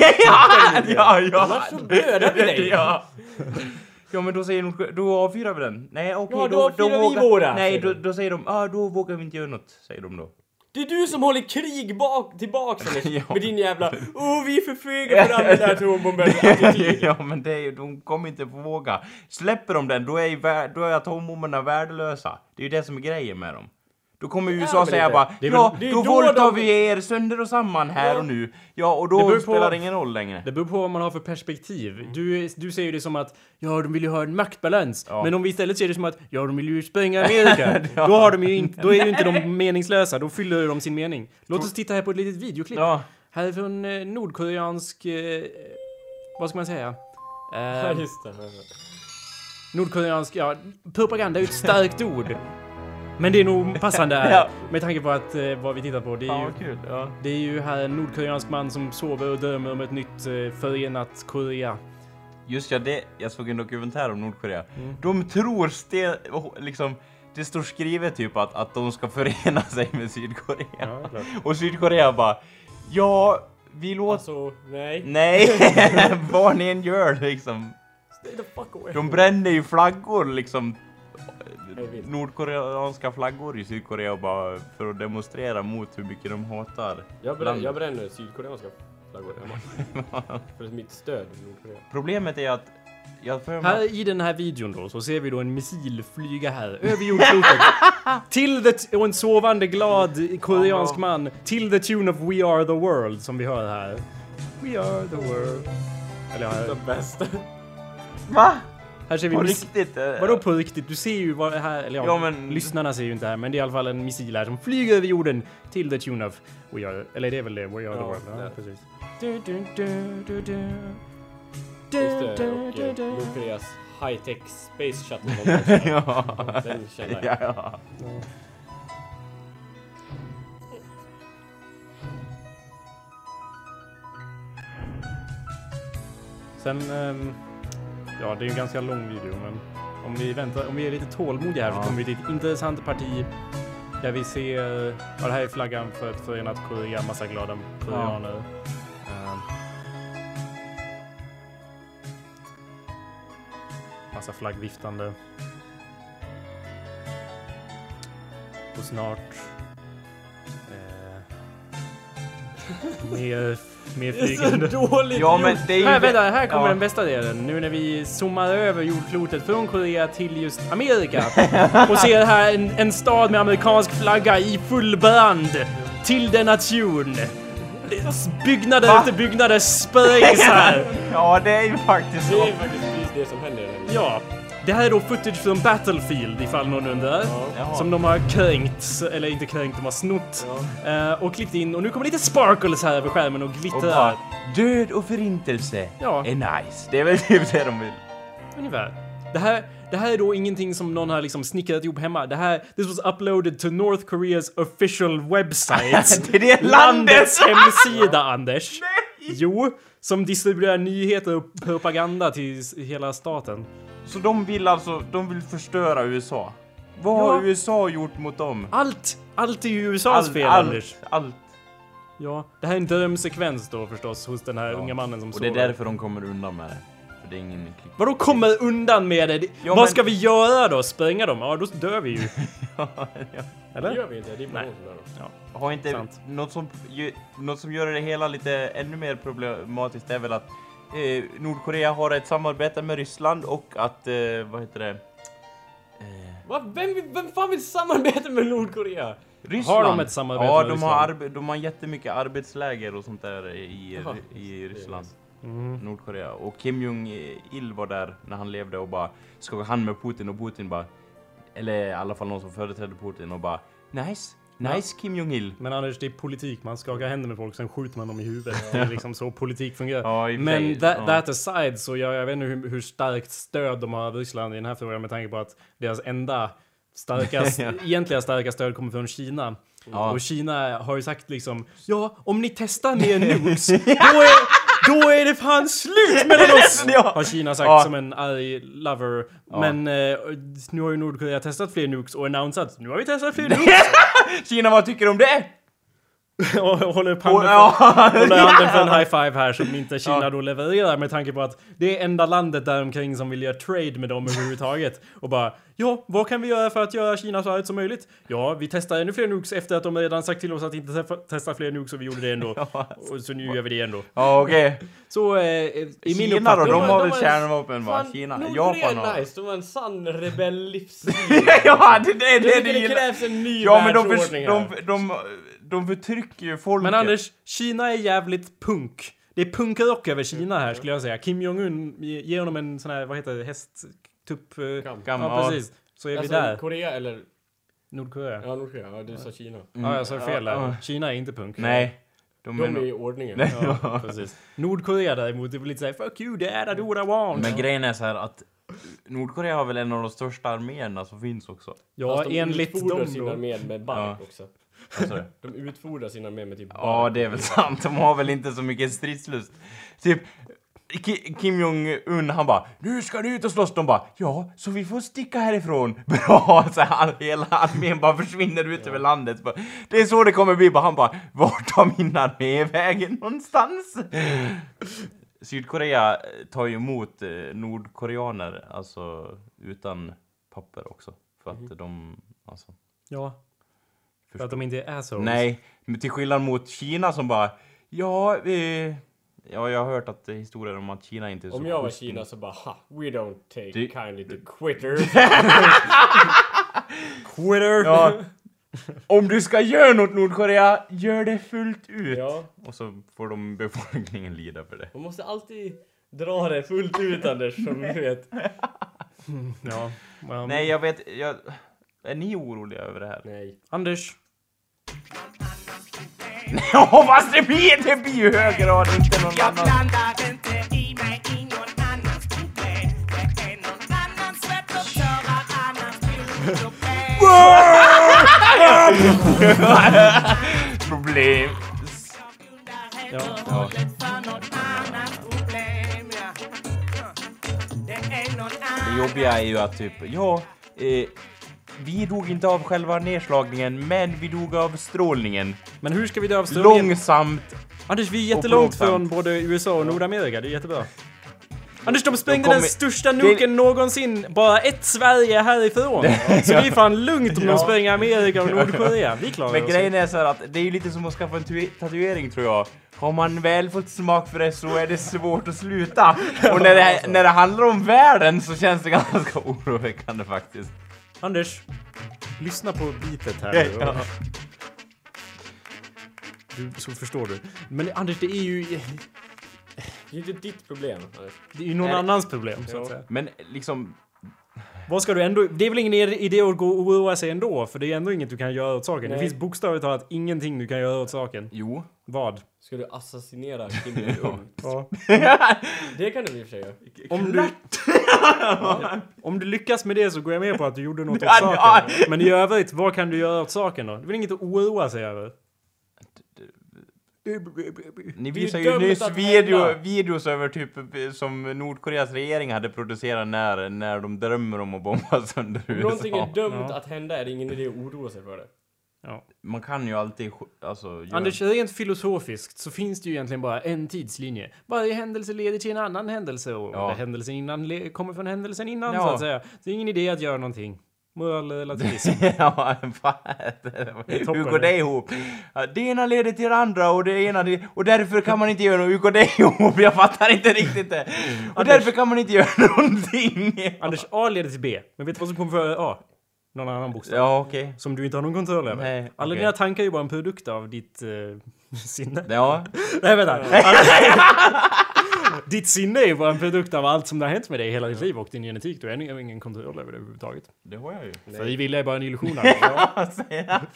ja, ja. Annars så dödar vi dig. Ja. Ja, men då säger Nordkorea, då avfyrar vi den. Nej, okej, Ja, då då, avfyrar vi vågar... våra, Nej, säger då, de. då säger de, ah, då vågar vi inte göra något, säger de då. Det är du som håller krig bak, tillbaks Anders, Ja. med din jävla oh vi är för fega för att använda atombomber attityd. Ja, men det är, ju- de kommer inte få våga. Släpper de den, då är, ju vär- då är atombomberna värdelösa. Det är ju det som är grejen med dem. Då kommer U S A men säga det- bara, det är ja, väl- det är då då våldtar de- vi er sönder och samman här Ja. och nu. Ja, och Det då beror på- spelar det ingen roll längre. Det beror på vad man har för perspektiv. Du, du säger det som att ja, de vill ju ha en maktbalans. Ja. Men om vi istället ser det som att ja, de vill ju spränga Amerika. Då, har de ju inte, då är ju inte de meningslösa. Då fyller de sin mening. Låt oss titta här på ett litet videoklipp. Ja, Här är från eh, nordkoreansk... Eh, vad ska man säga? Ja, Eh, just det. nordkoreansk... Ja, propaganda är ju ett starkt ord. Men det är nog passande här. Ja. Med tanke på att eh, vad vi tittar på. Det är fan ju... vad kul. Ja. Det är ju här en nordkoreansk man som sover och drömmer om ett nytt eh, förenat Korea. Just ja, det, jag såg en dokumentär om Nordkorea. Mm. De tror sten, liksom, det står skrivet typ att, att de ska förena sig med Sydkorea. Ja, klart. Och Sydkorea bara, ja, vi låter... Alltså, nej. Nej, vad ni än gör liksom. Stay the fuck away. De bränner ju flaggor liksom. Jag vet. Nordkoreanska flaggor i Sydkorea bara för att demonstrera mot hur mycket de hatar. Jag, brän, landet. jag bränner sydkoreanska flaggor hemma. För mitt stöd i Nordkorea. Problemet är att jag för mig... Här i den här videon då så ser vi då en missil flyga här över jordklotet. Till the och en sovande glad koreansk Ja. man till the tune of We Are the World som vi hör här. We are the world. Eller ja, här, Det bästa. Va? här ser vi På miss- riktigt? eh, Vadå på riktigt? Du ser ju vad det här, eller ja, Ja, men- lyssnarna ser ju inte här, men det är i alla fall en missil här som flyger över jorden till the tune of We Are, eller det är väl det, We Are the Ja, World. Ja, det. precis. Du, du, du, du, du. Just det, och eh, Nordkoreas high-tech space shuttle. Ja. Den känner jag. Ja, ja. Sen, ehm, ja det är ju en ganska lång video, men om vi väntar, om vi är lite tålmodiga här Ja. så kommer vi till ett intressant parti Där vi ser... Ja, det här är flaggan för ett förenat Korea. Massa glada koreaner. Ja. Um, massa flaggviftande. Och snart... Eh, mer, mer flygande. Det är så dåligt. Ja, men det är ju... Här, vänta, här kommer ja. den bästa delen. Nu när vi zoomar över jordklotet från Korea till just Amerika. Och ser här en, en stad med amerikansk flagga i full brand. Till den nation. Byggnader Va? efter byggnader sprängs här. Ja, det är ju faktiskt Det så. är faktiskt precis det som händer i den här. Ja, det här är då footage från Battlefield ifall någon undrar. Jaha. Som de har kränkt, eller inte kränkt, de har snott. Ja. Uh, och klippt in, och nu kommer lite sparkles här över skärmen och Och glittrar. bara, död och förintelse Ja. är nice. Det är väl typ det de vill. Ungefär. Det här, det här är då ingenting som någon har liksom snickrat ihop hemma. Det här, this was uploaded to North Koreas official website. Det är det Landets landets hemsida, Anders. Jo, som distribuerar nyheter och propaganda till s- hela staten. Så de vill alltså, de vill förstöra U S A. Vad Ja. har U S A gjort mot dem? Allt! Allt är ju U S A's fel, Anders. allt, allt. Ja, det här är en drömsekvens då förstås hos den här Ja. unga mannen som Och det är står där. därför de kommer undan med det. För det är ingen klick. Vadå kommer undan med det? Ja, Vad men- ska vi göra då? Spränga dem? Ja, då dör vi ju. Det Eller? gör vi inte, det är bara Nej. någon som gör det. Ja. Har inte Sant. något som, ju, något som gör det hela lite ännu mer problematiskt är väl att eh, Nordkorea har ett samarbete med Ryssland och att, eh, vad heter det? Eh, Va? Vem, vill- vem fan vill samarbeta med Nordkorea? Ryssland. Har de ett samarbete ja, med de Ryssland? har arbe- de har jättemycket arbetsläger och sånt där i, Jaha. i Ryssland. Mm. Nordkorea. Och Kim Jong-il var där när han levde och bara skakade hand med Putin och Putin bara, eller i alla fall någon som företrädde Putin och bara nice, nice Kim Jong-il. Men Anders, det är politik. Man skakar händer med folk, sen skjuter man dem i huvudet. Det är liksom så politik fungerar. Ja, i och för Men sig, that, ja. that aside, så jag, jag vet inte hur, hur starkt stöd de har av Ryssland i den här frågan med tanke på att deras enda starka, Ja. egentliga starka stöd kommer från Kina. Ja. Och Kina har ju sagt liksom, ja, om ni testar mer nukes, då är, då är det fan slut mellan oss! Ja. Har Kina sagt Ja. som en arg lover. Ja. Men eh, nu har ju Nordkorea testat fler nukes och annonsat, nu har vi testat fler nukes! Kina, vad tycker du om det? och håller upp handen Och, för, ja. håller handen för en high five här som inte Kina då levererar med tanke på att det är enda landet där omkring som vill göra trade med dem överhuvudtaget. Och bara, ja, vad kan vi göra för att göra Kina så argt som möjligt? Ja, vi testar ännu fler nukes efter att de redan sagt till oss att inte te- testa fler nukes och vi gjorde det ändå. Och så nu gör vi det ändå. Ja, okej. Så eh, i min Kina då, uppfattning... de har de väl har- kärnvapen va? Fan, Kina, Nordkorea Japan är har... nice, de har en sann rebell-livsstil. Ja, det, det, det, Jag det, tycker det gillar- krävs en ny Ja, men de, världsordning för, här. de, de, de förtrycker ju folket. Men Anders, Kina är jävligt punk. Det är punkrock över Kina här skulle jag säga. Kim Jong-Un ger honom en sån här, vad heter det, hästtupp... eh, Kam. Kam, Ja, precis. Så är vi Alltså, där. Korea eller... Nordkorea. Ja, Nordkorea. Ja, du sa Kina. Ja, jag sa fel där. Ja, ja. Kina är inte punk. Nej. De, De är är i nog- ordningen. Nej. Ja, precis. Nordkorea däremot, det är väl lite såhär fuck you dad, I do what I want. Men grejen är så här att Nordkorea har väl en av de största arméerna som finns också. Ja, Fast de enligt utfodrar dem sina då. arméer med bark Ja. också. Vad sa du? De utfodrar sina arméer med typ bark. Ja, det är väl sant. De har väl inte så mycket stridslust. Typ, Ki- Kim Jong-Un, han bara, nu ska ni ut och slåss. De bara, ja, så vi får sticka härifrån. Bra, så här, hela armén bara försvinner ut över landet. Bara, det är så det kommer bli. Bara, han bara, vart tar min armé vägen någonstans? Sydkorea tar ju emot eh, nordkoreaner, alltså utan papper också. För att de, alltså... Ja, för att de inte är assholes. Nej, men till skillnad mot Kina som bara, ja, eh, ja, jag har hört att det är historier om att Kina inte är så... Om jag var schysst. Kina så bara, ha, we don't take Du- kindly to quitters. Quitter! Ja, om du ska göra något Nordkorea, gör det fullt ut. Ja, Och så får de befolkningen lida för det. man måste alltid dra det fullt ut, Anders, som du vet. Ja. well, Nej, jag vet, jag... Är ni oroliga över det här? Nej. Anders. Ja, fast det blir, det blir ju hög grad, inte någon Jag annan. blandar inte i mig i någon annans problem. Det är någon annans rätt att höra annans problem. Problem. Ja. Ja. För någon annans problem, ja. Det är någon Det annan. jobbiga är ju att typ, ja, eh, vi dog inte av själva nedslagningen, men vi dog av strålningen. Men hur ska vi dö av strålningen? Långsamt. Anders, vi är jättelångt plågsamt. från både U S A och Nordamerika. Det är jättebra. Anders, de sprängde kommer- den största nuken någonsin. Bara ett Sverige härifrån. Så det är fan lugnt om de spränger Amerika och Nordkorea. Vi klarar Men oss. grejen är så här att det är ju lite som att skaffa en tu- tatuering, tror jag. Har man väl fått smak för det så är det svårt att sluta. Och när det, när det handlar om världen så känns det ganska oroväckande faktiskt. Anders, lyssna på bitet här nu. Ja. Du, så förstår du. Men Anders, det är ju... Det är inte ditt problem, Anders. Det är ju någon Är det- annans problem, så att Ja. säga. Men liksom... Vad ska du ändå... Det är väl ingen idé att gå och oroa sig ändå, för det är ändå inget du kan göra åt saken. Nej. Det finns bokstavligt talat ingenting du kan göra åt saken. Jo. Vad? Ska du assassinera Kim Jong-Un? Ja. Det kan du i och för sig göra. Om du... Om du lyckas med det så går jag med på att du gjorde något åt Ja, ja. saken. Men i övrigt, vad kan du göra åt saken då? Det är väl inget att oroa sig över? Ni Det är visar ju ju dumt nyss att video, hända. videos över typ som Nordkoreas regering hade producerat när, när de drömmer om att bomba sönder Om U S A. någonting är dumt Ja. att hända är det ingen idé att oroa sig för det. Ja. Man kan ju alltid sk- alltså, göra... Anders, rent filosofiskt så finns det ju egentligen bara en tidslinje. Varje händelse leder till en annan händelse och Ja. det händelsen innan le- kommer från händelsen innan, Ja. så att säga. Det är ingen idé att göra någonting. Moral relativism. Ja, fan. toppen. Hur går det ihop? Ja, det ena leder till det andra och det ena det, och därför kan man inte göra något. Hur går det ihop? Jag fattar inte riktigt det. Och Anders. därför kan man inte göra någonting. Anders, A leder till B. Men vet du vad som kommer före A? Någon annan bokstav. Ja, okej. Som du inte har någon kontroll över. Nej, Alla okej. dina tankar är ju bara en produkt av ditt eh, sinne. Ja. Nej, vänta. Ditt sinne är ju bara en produkt av allt som det har hänt med dig hela ditt liv och din genetik. Du har ingen, ingen kontroll över det överhuvudtaget. Det har jag ju. Frivilliga är bara en illusion. Alltså. Det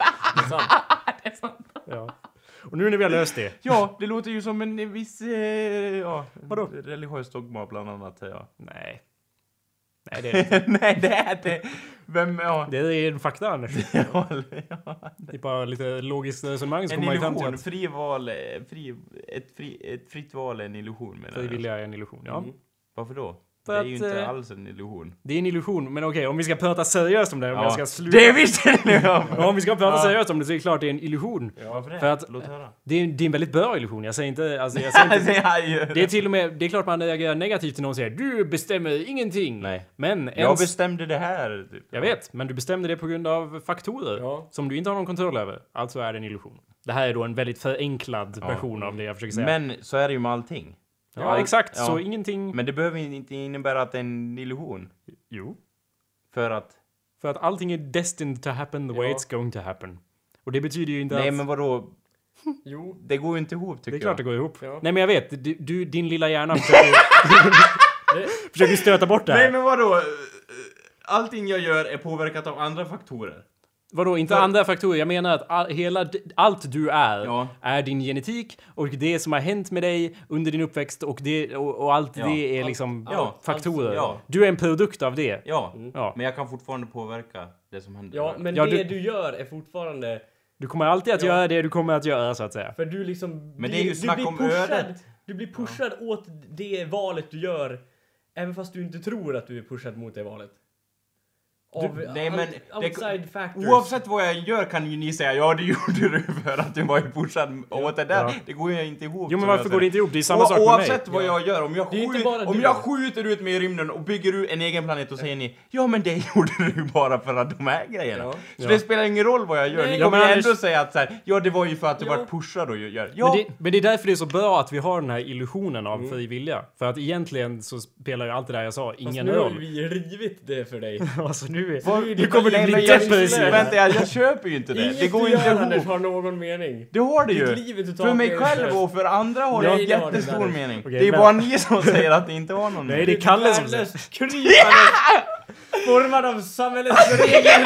är sant. Ja. Och nu när vi har löst det. Ja, det låter ju som en viss eh, ja, Vadå? religiös dogma bland annat. Ja. Nej. Nej, det är det inte. Nej, det är det. Vem, ja. Det är en fakta, Anders. ja. Det är bara lite logiskt resonemang så En kommer man ju fram till illusion, att fri val, eh, fri, ett, fri, ett fritt val är en illusion menar jag. frivilliga är en illusion. Ja. Mm. Varför då? För det är ju att, inte eh, alls en illusion. Det är en illusion, men okej, om vi ska prata seriöst om det, om Ja. jag ska sluta... Det visste ni om! Ja, om vi ska prata Ja. seriöst om det så är det klart det är en illusion. Ja, varför det? För att- Låt höra. Det är, det är en väldigt bra illusion, jag säger inte... Alltså, jag säger inte det är ju... det är till och med, det är klart man reagerar negativt till någon och säger du bestämmer ingenting. Nej. Men Jag ens, bestämde det här. Typ. jag vet, men du bestämde det på grund av faktorer Ja. som du inte har någon kontroll över. Alltså är det en illusion. Det här är då en väldigt förenklad Ja. version av det jag försöker säga. Men så är det ju med allting. ja, exakt. Ja. Så ingenting... Men det behöver ju inte innebära att det är en illusion. Jo. För att... För att allting är destined to happen the way Ja. it's going to happen. Och det betyder ju inte Nej, att... men vadå? Jo. Det går ju inte ihop tycker Det är klart det jag. går ihop. Ja. Nej men jag vet, du, du, din lilla hjärna försöker, försöker stöta bort det här. Nej, men vadå? Allting jag gör är påverkat av andra faktorer. Vadå, inte För- andra faktorer? Jag menar att all, hela, d- allt du är, Ja. är din genetik och det som har hänt med dig under din uppväxt och, det, och, och allt Ja. det är Allt- liksom ja, faktorer. allt- ja. Du är en produkt av det. Ja, Ja. men jag kan fortfarande påverka det som händer. Ja, men Ja, det du- du... gör är fortfarande... Du kommer alltid att Ja. göra det du kommer att göra, så att säga. För du liksom... Men det är ju du snack blir om pushad, ödet. Du blir pushad åt det valet du gör. Även fast du inte tror att du är pushad mot det valet. Av Du- nej, men out- det- outside factors. Oavsett vad jag gör kan ju ni säga ja, det gjorde du för att du var ju pushad åt det där. Ja. Det går ju inte ihop. Jo men som varför jag går det säger. inte ihop? Det är samma O- sak med mig. Oavsett vad jag gör, om jag, Det är inte skjut, bara om du. jag skjuter ut mig i rymden och bygger ut en egen planet och säger ni ja men det gjorde du ju bara för att de här grejerna. Ja. Så Ja. det spelar ingen roll vad jag gör. Nej. Ni Ja, kommer men ju Anders- ändå säga att så här, ja det var ju för att du Ja. var pushad och gör. Ja, Men, det, men det är därför det är så bra att vi har den här illusionen av Mm. fri vilja. För att egentligen så spelar ju allt det där jag sa Fast ingen nu har roll. vi rivit det för dig. Alltså nu, är, Vad- nu kommer du Nej, bli men jag- depressiv. Vänta, jag, jag köper ju inte det. Inget Det går du inte gör, Anders, ihop. har någon mening. Det har det Ditt ju. liv är totalt För mig meningslöst. själv och för andra har det Nej, en det har det jättestor inte. mening. Okej, det är men- bara ni som säger att det inte har någon Nej, mening. det är Kalle som säger. Värdelöst krypande, formad av samhällets regler.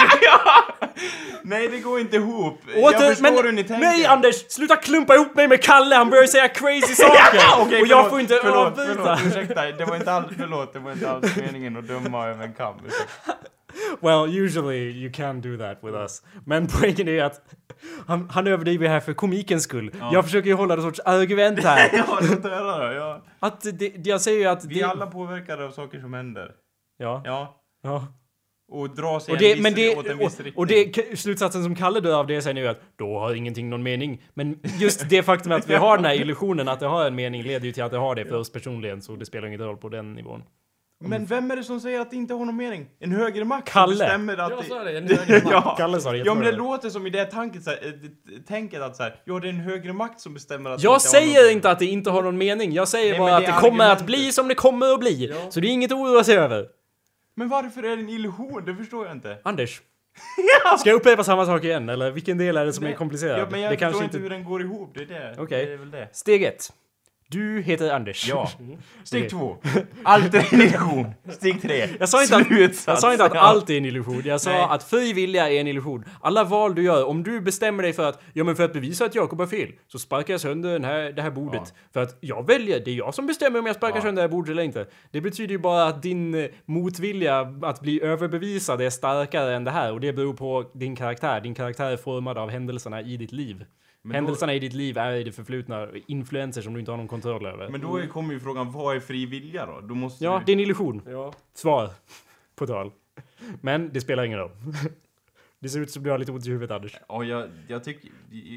Nej, det går inte ihop. jag Åter, förstår men, hur ni tänker. nej Anders! Sluta klumpa ihop mig med Kalle, han börjar säga crazy saker! Okej, och jag förlåt, får inte förlåt, avbryta! förlåt, ursäkta. Det var inte alls, förlåt, det var inte alls meningen att döma över en kam. Ursäkta. Well, usually you can do that with us. Men poängen är att han, han överdriver här för komikens skull. Ja. Jag försöker ju hålla en sorts argument här. Ja, låt höra då. Ja. Att det, jag säger ju att... Vi det, är alla påverkade av saker som händer. Ja, Ja. ja. och dra sig Och det, en men viss, det, åt en viss och, riktning. och det, slutsatsen som Kalle drar av det säger nu att då har ingenting någon mening. Men just det faktum att vi har den här illusionen att det har en mening leder ju till att det har det för oss personligen, så det spelar ingen roll på den nivån. Men vem är det som säger att det inte har någon mening? En högre makt Kalle. som bestämmer att Jag sa det, en det- högre makt. ja. Kalle sa det Ja, men det jättebra. låter som i det tanket så här, eh, det- tänket att så här, ja, det är en högre makt som bestämmer att det Jag inte har säger någon- inte att det inte har någon mening. Jag säger Nej, bara men att det det är kommer att argumentet. bli som det kommer att bli. Ja. Så det är inget att oroa sig över. Men varför är det en illusion? Det förstår jag inte. Anders. Ska jag upprepa samma sak igen? Eller vilken del är det som är Nej. komplicerad? Ja, men jag det förstår kanske inte inte... hur den går ihop. Det är det. Okej. Det är väl det. Steg ett. Du heter Anders. Ja. Steg Okej. två. Allt är en illusion. Steg tre. Jag sa, inte att, Slutsats. jag sa inte att Ja. allt är en illusion. Jag sa Nej. att fri vilja är en illusion. Alla val du gör, om du bestämmer dig för att ja, men för att bevisa att Jakob har fel, så sparkar jag sönder den här, det här bordet. Ja. För att jag väljer, det är jag som bestämmer om jag sparkar Ja. sönder det här bordet eller inte. Det betyder ju bara att din eh, motvilja att bli överbevisad är starkare än det här. Och det beror på din karaktär. Din karaktär är formad av händelserna i ditt liv. Men då- Händelserna i ditt liv är i det förflutna influenser som du inte har någon kontroll över. Men då är- kommer ju frågan, vad är fri vilja då? Då måste Ja, du... det är en illusion. Ja. Svar. På tal. Men det spelar ingen roll. Det ser ut som du har lite ont i huvudet, Anders. Ja, jag, jag tycker...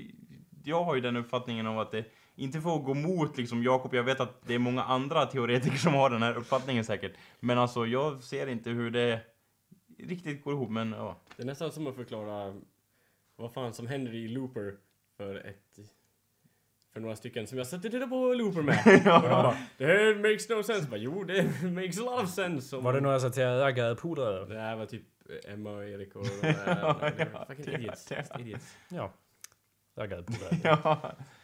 Jag har ju den uppfattningen om att det inte får gå mot liksom Jakob. Jag vet att det är många andra teoretiker som har den här uppfattningen säkert. Men alltså, jag ser inte hur det riktigt går ihop, men ja. Det är nästan som att förklara vad fan som händer i Looper för ett... För några stycken som jag satt och tittade på Looper med. Och jag bara, det här makes no sense. Bara, jo, det makes a lot of sense. Om... Var det några så att säga raggarpolare? Det här var typ Emma och Erik och de här... det var fucking det- idiots. det- idiots. Ja. Raggarpolare. Ja,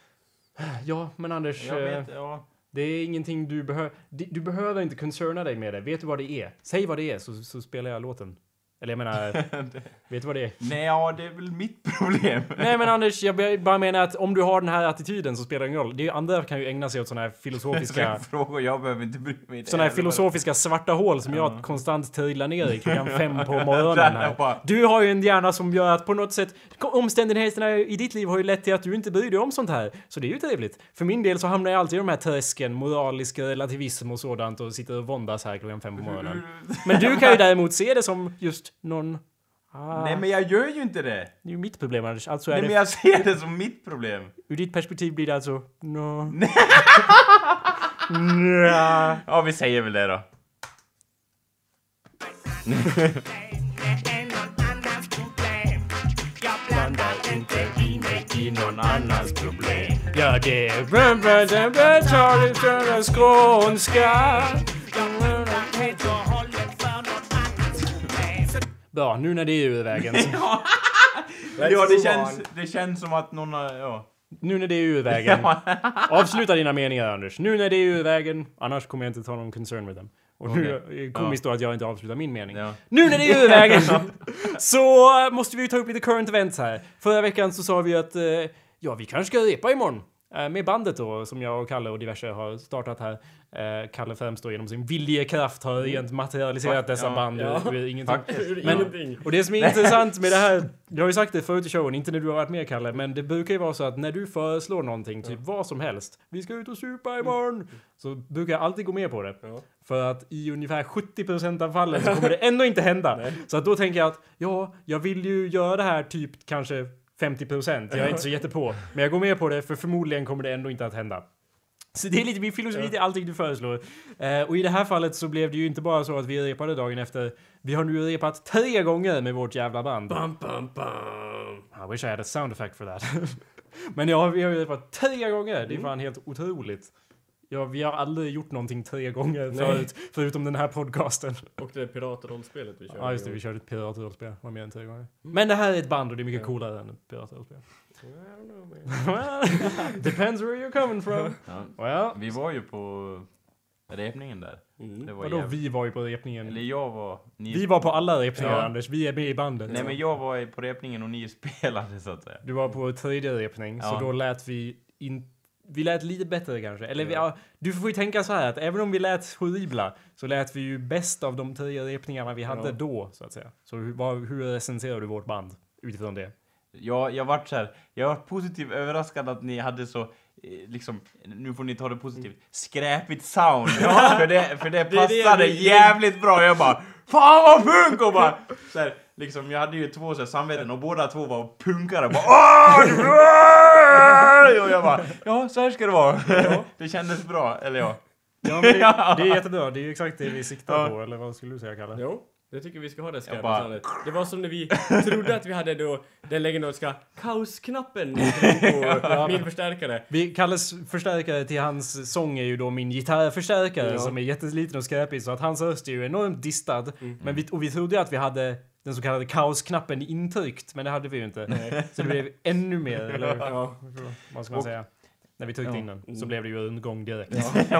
Ja, men Anders. jag eh, vet, ja. Det är ingenting du behöver... Du behöver inte concerna dig med det. Vet du vad det är? Säg vad det är, så, så spelar jag låten. Eller jag menar... vet du vad det är? Nej, ja, det är väl mitt problem. Nej men Anders, jag be- bara menar att om du har den här attityden så spelar det ingen roll. Det är, andra kan ju ägna sig åt såna här filosofiska... Frågor, jag behöver inte bry mig. Det Såna här är- filosofiska svarta hål som jag Ja. konstant trillar ner i klockan fem på morgonen Där här. bara- Du har ju en hjärna som gör att på något sätt omständigheterna i ditt liv har ju lett till att du inte bryr dig om sånt här. Så det är ju trevligt. För min del så hamnar jag alltid i de här träsken, moralisk relativism och sådant och sitter och våndas här klockan fem på morgonen. Men du kan ju däremot se det som just någon... Ah, Nej, men jag gör ju inte det. det är ju mitt problem Anders. Alltså är Nej, men det... jag ser det som mitt problem. Ur ditt perspektiv blir det alltså... No. Nja. Ja, vi säger väl det då. Det är någon annans problem. Jag blandar inte i mig i någon annans problem. Ja, det är Charlie skånska. Helt och hållet för någon annans problem. Så Bra, nu när det är ur vägen. Så, Ja, det känns, det känns som att någon har, ja. nu när det är ur vägen. Avsluta dina meningar Anders. Nu när det är ur vägen. Annars kommer jag inte ta någon concern med dem. Och nu är det komiskt då att jag inte avslutar min mening. Ja. Nu när det är ur vägen så måste vi ju ta upp lite current events här. Förra veckan så sa vi att eh, ja, vi kanske ska repa imorgon. Eh, med bandet då, som jag och Kalle och diverse har startat här. Eh, Kalle främst då genom sin viljekraft har rent materialiserat dessa Ja, band. ja. ur- ur ingenting. Ur Men- ingenting. Och det som är intressant med det här, jag har ju sagt det förut i showen, inte när du har varit med Kalle, men det brukar ju vara så att när du föreslår någonting, typ vad som helst, vi ska ut och supa imorgon, så brukar jag alltid gå med på det. Ja. För att i ungefär sjuttio procent av fallen så kommer det ändå inte hända. Så att då tänker jag att, ja, jag vill ju göra det här typ kanske femtio procent, jag är inte så jättepå. Men jag går med på det, för förmodligen kommer det ändå inte att hända. Så det är lite min filosofi till allting du föreslår. Eh, och i det här fallet så blev det ju inte bara så att vi repade dagen efter. Vi har nu repat tre gånger med vårt jävla band. Bam, bam, bam. I wish I had a sound effect for that. Men ja, vi har ju repat tre gånger. Det är fan helt otroligt. Ja, vi har aldrig gjort någonting tre gånger förut, förutom den här podcasten. Och det piratrollspelet vi körde. Ja, just det. Vi körde ett piratrollspel. Det var mer än tre gånger. Men det här är ett band och det är mycket coolare än ett piratrollspel. I don't know, man. Well, depends where you're coming from. Ja. Well, Vi var ju på repningen där. Mm. Det var vadå jävligt. vi var ju på repningen? Eller jag var... Ni Vi var på alla repningar, Ja. Anders. Vi är med i bandet. Nej, men jag var på repningen och ni spelade så att säga. Du var på tredje repning, Ja. så då lät vi in... Vi lät lite bättre kanske. Eller vi, ja, du får ju tänka så här att även om vi lät horribla så lät vi ju bäst av de tre repningarna vi hade Ja. då, så att säga. Så hur, vad, hur recenserar du vårt band utifrån det? Jag, jag vart så här, jag var positivt överraskad att ni hade så liksom, nu får ni ta det positivt, skräpigt sound. Ja. För, det, för det passade det, det, det, jävligt bra. Jag bara, fan vad punk! Och bara, så här, liksom, jag hade ju två så här, samveten och båda två var punkare. Och bara, åh! Och jag bara, ja, så här ska det vara. Ja. Det kändes bra, eller ja. Ja, men det, det är jättebra. Det är ju exakt det vi siktar ja. på, eller vad skulle du säga, Kalle? Jo. Jag tycker vi ska ha det skräpet. Bara... Det var som när vi trodde att vi hade då den legendariska kausknappen på ja, min förstärkare. Vi, Kalles förstärkare till hans sång är ju då min gitarrförstärkare ja. som är jätteliten och skräpig, så att hans röst är ju enormt distad. Mm. Men vi, och vi trodde att vi hade den så kallade kausknappen intryckt, men det hade vi ju inte. Nej. Så det blev ännu mer, eller ja, vad ska man och, säga? När vi tryckte ja. in den, så blev det ju en gång direkt. Ja.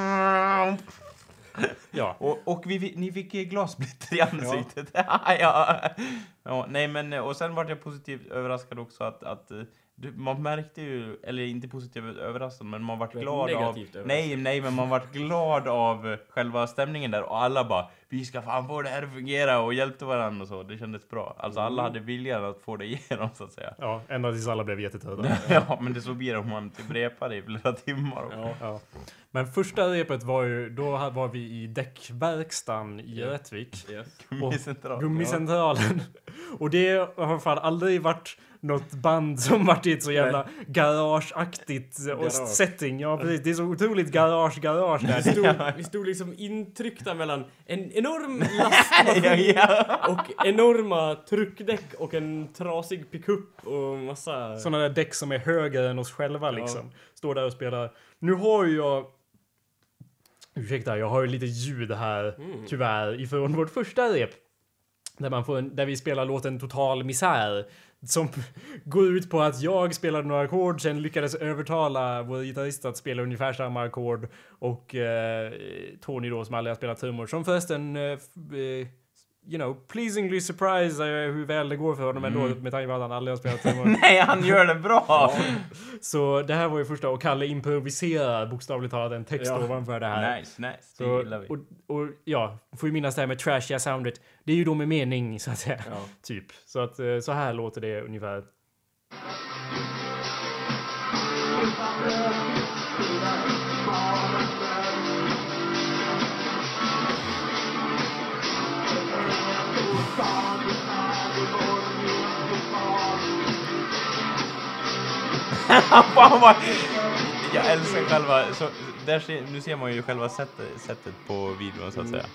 Ja. Och, och vi, ni fick glasblitter i ansiktet. Ja. ja. Ja, nej men, och sen var jag positivt överraskad också att, att du, man märkte ju, eller inte positivt överraskad, men man var glad av nej, nej, men man var glad av själva stämningen där, och alla bara, vi ska fan få det här att fungera, och hjälpte varandra och så. Det kändes bra. Alltså alla hade viljan att få det igenom, så att säga. Ja, ända tills alla blev jättetöda. Ja, men det så blir det om man typ repar det i flera timmar. Ja, ja. Men första repet var ju, då var vi i däckverkstan i yeah. Rättvik. Yes. Gummicentralen. Gummicentralen. Och det har fan aldrig varit något band som varit i ett så jävla garageaktigt garage. setting. Ja, precis. Det är så otroligt garage-garage där. Vi stod, vi stod liksom intryckta mellan en enorm lastmaskin ja, ja. och enorma truckdäck och en trasig pickup och massa... sådana där däck som är högre än oss själva liksom. Ja. Står där och spelar. Nu har ju jag... Ursäkta, jag har ju lite ljud här, mm. tyvärr, ifrån vårt första rep. Där, man får en, där vi spelar låten Total Misär. Som går ut på att jag spelade några ackord, sen lyckades övertala vår gitarrist att spela ungefär samma ackord. Och eh, Tony då, som aldrig har spelat trummor, som förresten... Eh, you know, pleasingly surprised uh, hur väl det går för honom mm. ändå, med tanke på att han aldrig har spelat trummor. Nej, han gör det bra! Ja. Så det här var ju första, och Kalle improviserar bokstavligt talat en text ja. ovanför det här. Nice, nice. Så, och, och ja, får ju minnas det här med trashiga soundet. Det är ju då med mening, så att säga. Ja. Typ. Så att så här låter det ungefär. Jag älskar själva så, där ser, nu ser man ju själva sättet, sättet på videon, så att säga.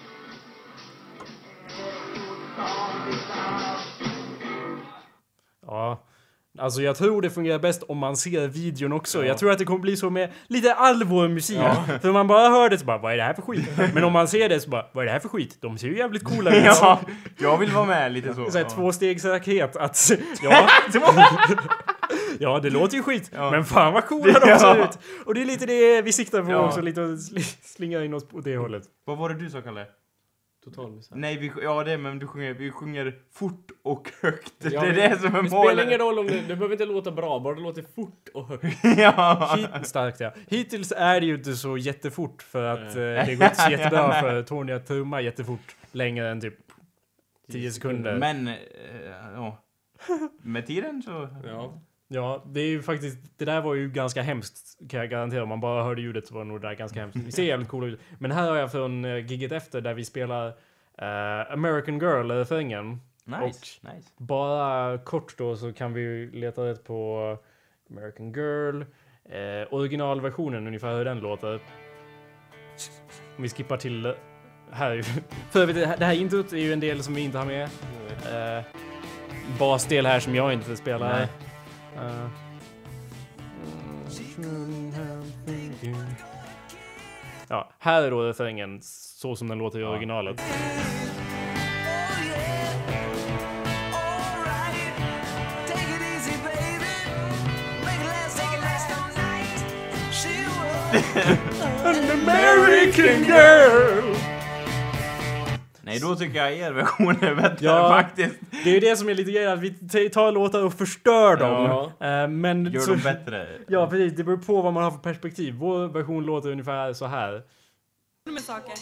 Ja, alltså jag tror det fungerar bäst om man ser videon också. Ja. Jag tror att det kommer bli så med lite all vår musik. Ja. För om man bara hör det så bara, vad är det här för skit? Men om man ser det så bara, vad är det här för skit? De ser ju jävligt coola ut. Ja, jag vill vara med lite så. Så här, ja. Tvåstegsraket att, ja. Ja, det låter ju skit. Ja. Men fan vad coola de ser ja. ut. Och det är lite det vi siktar på ja. också. Lite att slinga in oss på det hållet. Vad var det du sa, Kalle? Total misär. Nej, vi, ja det är, men du sjunger, vi sjunger fort och högt. Ja, det är det som är målet. Det spelar ingen roll om det, det behöver inte låta bra, bara det låter fort och högt. Ja. Hit, starkt, ja. Hittills är det ju inte så jättefort, för att eh, det går inte så jättebra för Tony att trumma jättefort längre än typ tio sekunder. Men, eh, ja. Med tiden så... Ja. Ja, det är ju faktiskt, det där var ju ganska hemskt, kan jag garantera. Om man bara hörde ljudet så var det nog där ganska hemskt. Vi ser jävligt coola ut. Men här har jag från uh, gigget efter, där vi spelar uh, American Girl, refrängen. Nice, och nice. Bara kort då så kan vi leta rätt på American Girl. Uh, originalversionen, ungefär hur den låter. Om vi skippar till uh, här. För det här introt är ju en del som vi inte har med. Uh, basdel här som jag inte spelar. Nej. Uh, ja, här är då refrängen så som den låter i originalet. An American girl. Nej, då tycker jag er version är bättre, ja, faktiskt. Det är ju det som är lite grejer, att vi tar låtar och förstör dem. Ja. Uh, men gör så, dem bättre. Ja, precis. Det beror på vad man har för perspektiv. Vår version låter ungefär så här. Med saker.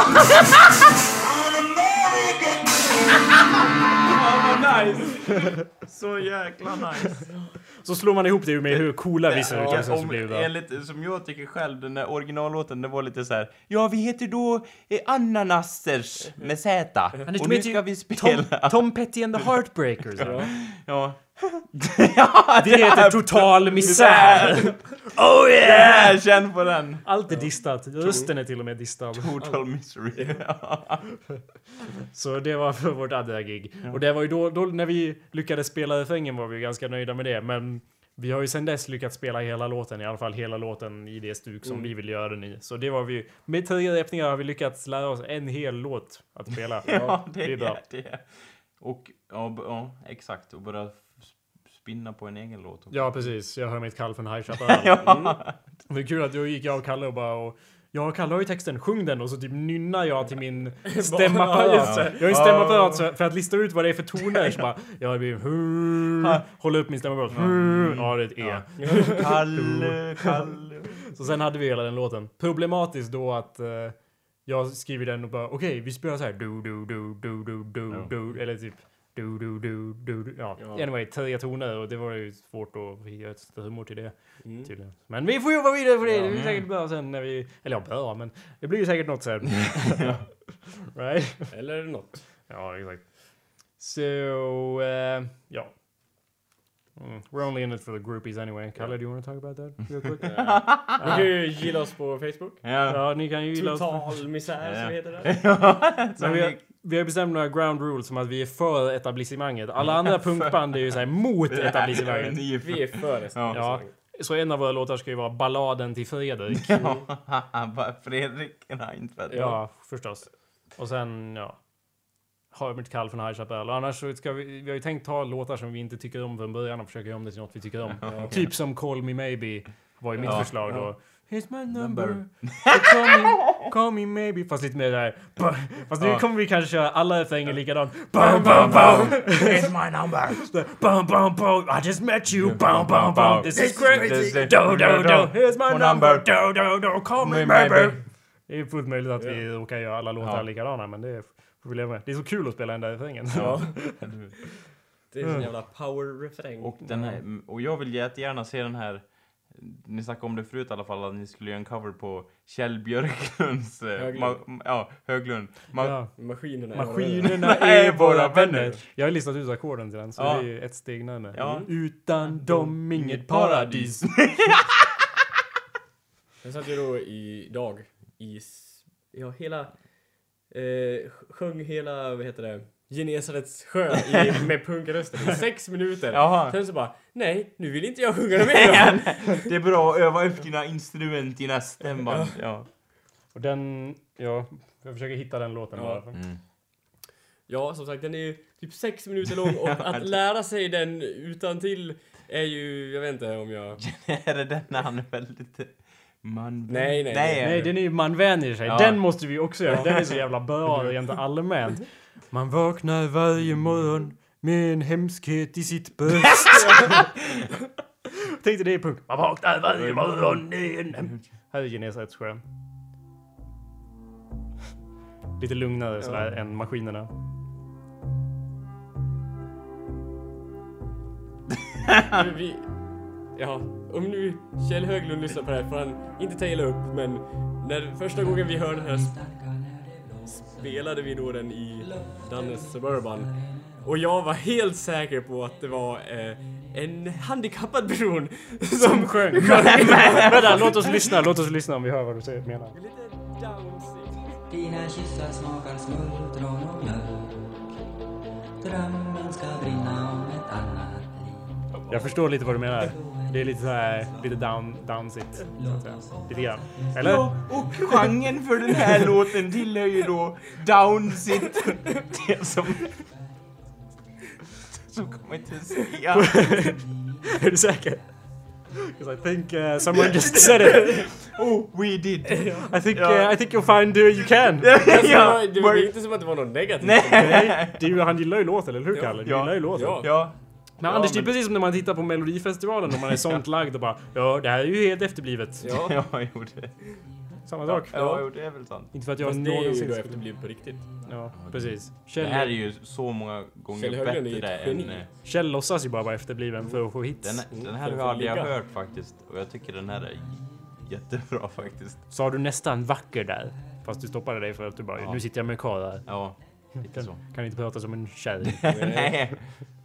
Nice! Så jäkla nice. Så slår man ihop det med hur coola vissa Ja, ja, så om, blir det enligt, som jag tycker själv, den där originallåten, det var lite så här. Ja, vi heter då eh, Ananasters med Z. Och nu ska vi spela. Tom, Tom Petty and the Heartbreakers. Ja. Ja. Ja, det heter total misär. Oh yeah! Känn på den. Allt är distat. Rösten är till och med distad. Total misery. Så det var för vårt andra gig. Ja. Och det var ju då, då när vi lyckades spela refrängen var vi ganska nöjda med det. Men vi har ju sedan dess lyckats spela hela låten. I alla fall hela låten i det stuk som mm. vi vill göra den i. Så det var vi. Med tio repningar har vi lyckats lära oss en hel låt att spela. Ja, det, det är bra. Det. Och ja, ja, exakt. Och bara spinna på en egen låt också. Ja, precis. Jag hör mitt kall från High Chaparral. Ja. Mm. Det är kul att då gick jag och Kalle och bara... Och, jag och Kalle har ju texten, sjung den och så typ nynnar jag till min stämapparat. Ja. Jag har ju stämapparat så för att lista ut vad det är för toner. Så bara, jag blir håller upp min stämapparat. Ja, det är ett E. Kalle, Kalle. Så sen hade vi hela den låten. Problematiskt då att uh, jag skriver den och bara, okej, okay, vi spelar så här. Du, du, du, du, du, du, du. Eller typ... Du, du, du, du, du. Ja. ja. Anyway, tre toner och det var ju svårt att ge ett humor till det. Mm. Tydligen. Men vi får jobba vidare för det. Ja. Det blir säkert bra sen när vi... Eller ja, bra, men det blir ju säkert något sen. Right? Eller något. Ja, exakt. Så, so, uh, ja. Mm. We're only in it for the groupies anyway. Kalle, do you want to talk about that real quick? Ni kan ju gilla oss på Facebook. Ja, ja ni kan ju gilla oss. Total misär, som heter det. Men vi, har, vi har bestämt några ground rules som att vi är för etablissemanget. Alla andra punkband är ju såhär mot etablissemanget. Vi är för etablissemanget. Ja. Så en av våra låtar ska ju vara balladen till Fredrik. Ja, Fredrik Reinfeldt. Ja, förstås. Och sen, ja. Har mitt kall från High Chaparral. Annars så ska vi, vi har ju tänkt ta låtar som vi inte tycker om från början och försöka göra om det till något vi tycker om. Okay. Typ som Call Me Maybe var ju mitt ja. förslag då. Here's my number. call, me, call me maybe. Fast lite mer där. Fast nu ja. kommer vi kanske köra alla refränger likadant. Bum, bum, bum. Here's my number. Bum, bum, bum. I just met you. Bum, bum, bum. This is crazy. Do, do, do. Here's my number. Do, do, do. Call me maybe. Det är fullt möjligt att vi råkar göra alla låtar ja. likadana, men det är... Det är så kul att spela den där refrängen. Ja. Det är en jävla power-refräng. Och, den här, och jag vill jättegärna se den här. Ni snackade om det förut i alla fall, att ni skulle göra en cover på Kjell Björklunds Höglund. Ma, ja, Höglund. Ma, ja. Maskinerna, Maskinerna är våra vänner. Jag har listat ut ackorden till den, så ja. det är ju ett steg närmare. Ja. Utan dem inget paradis. Jag satt ju då idag i ja, hela Eh, sjöng hela, vad heter det, Genesarets sjö i, med punkrösten i sex minuter. Jaha. Sen så bara, nej, nu vill inte jag sjunga det mer. Det är bra att öva upp dina instrument i nästa stämband. Ja. Ja. Och den, ja, jag försöker hitta den låten ja. bara. Mm. Ja, som sagt, den är ju typ sex minuter lång och att lära sig den utan till är ju, jag vet inte om jag... Är det den när han är väldigt... Man nej, nej, nej, nej, den är ju man vänjer sig. Ja. Den måste vi också göra. Den är så jävla bra rent allmänt. Man vaknar varje morgon med en hemskhet i sitt bröst. Tänkte det är punkt. Man vaknar varje morgon med en hemskhet. Här är Genesarets sjö. Lite lugnare sådär ja. än maskinerna. vi... Ja, om nu Kjell Höglund lyssnar på det här får han inte ta illa upp, men när första gången vi hörde den här spelade vi då den i Dannes Suburban och jag var helt säker på att det var eh, en handikappad person som, som sjöng. Vänta, låt oss lyssna, låt oss lyssna om vi hör vad du säger, menar. Lite downsig. Dina kyssar smakar smultron och mjölk. Drömmen ska brinna om ett annat liv. Jag förstår lite vad du menar. Det är lite så här, lite down, downsigt, så att säga. Lite grann. Eller? Ja, och genren för den här låten tillhör ju då downsigt. Det som... Så kommer jag inte säga. Är du säker? Because I think uh, someone just said it. Oh, we did. I think uh, I think you'll find uh, you can. Ja, det var inte som att det var något negativt. Nej, Nej det är ju, han gillar ju låten, eller hur, Kalle? Du ja. gillar ju låten. Ja. ja. Men ja, Anders, det är men... precis som när man tittar på Melodifestivalen och man är sånt lagd och bara, ja, det här är ju helt efterblivet. Ja, ja jag gjorde det. Samma sak. Ja, ja, det är väl sant. Inte för att jag Fast det är ju någonsin då skulle... efterblivet på riktigt. Ja, precis. Det Kjell, här är ju så många gånger Kjell Höglund är ju bättre ett än... geni. eh, Kjell låtsas ju bara vara efterbliven för att få hits. Den, den för här att få hade jag ligga. hört faktiskt. Och jag tycker den här är jättebra faktiskt. Sa du nästan vacker där? Fast du stoppade dig för att du bara, Ja. nu sitter jag med karlar. Ja, lite så. Kan, kan inte prata som en tjej. Nej.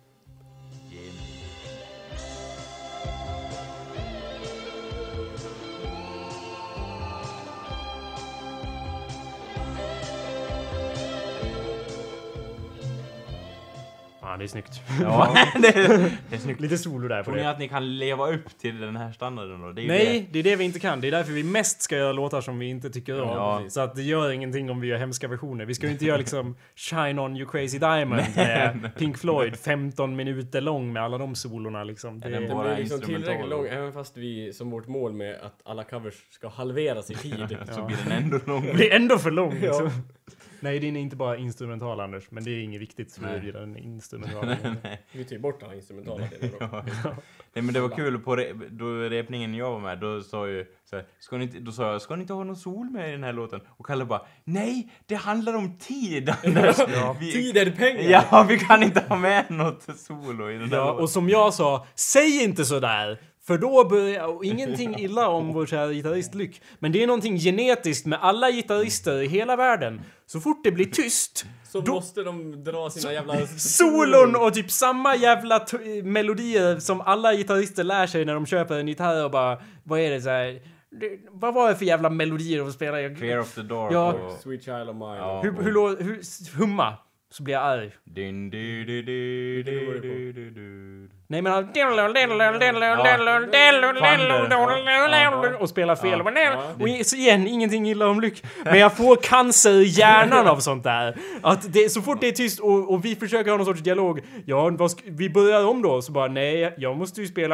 Ja, det är snyggt. Ja, det, är, det är snyggt. Lite solo där på Tror ni det. att ni kan leva upp till den här standarden då? Det är ju Nej, det är det vi inte kan. Det är därför vi mest ska göra låtar som vi inte tycker om. Ja. Så att det gör ingenting om vi gör hemska versioner. Vi ska ju inte göra liksom Shine On You Crazy Diamond med Pink Floyd, femton minuter lång med alla de solorna liksom. Det Den är... Den Bara blir liksom instrumental. tillräckligt lång, även fast vi som vårt mål med att alla covers ska halveras i tid. det. Så blir den ändå lång. Det blir ändå för lång. Ja. Liksom. Nej, den är inte bara instrumental, Anders. Men det är inget viktigt så Nej. vi den är instrumental. Vi tar ju bort alla instrumentala delar då. Ja, ja. Nej men det var kul på re, då repningen jag var med, då sa ju så här, ska ni inte, då sa jag, ska ni inte ha någon sol med i den här låten? Och Kalle bara, nej, det handlar om tid, Anders. Ja. Vi, Tid är pengar! ja, vi kan inte ha med något solo i den här Ja, låten. och som jag sa, säg inte så där. För då börjar, och ingenting illa om vår kära gitarrist Lyck. Men det är någonting genetiskt med alla gitarrister i hela världen. Så fort det blir tyst, Så då- måste de dra sina jävla... solon och typ samma jävla t- melodier som alla gitarrister lär sig när de köper en gitarr och bara, vad är det så här? Det, vad var det för jävla melodier de spelar? Jag- Fear of the Dark Ja. och... Sweet Child of Mine. Ja. Hur, hur, lå- hur, humma, så blir jag arg. Din, du, du, du, du, du, du, du. Nej men han... Och spelar fel. Och i- så igen, ingenting illa om Lyck. Men jag får cancer i hjärnan av sånt där. Att det, så fort det är tyst och, och vi försöker ha någon sorts dialog. Ja, vad sk- vi börjar om då. Så bara, nej, jag måste ju spela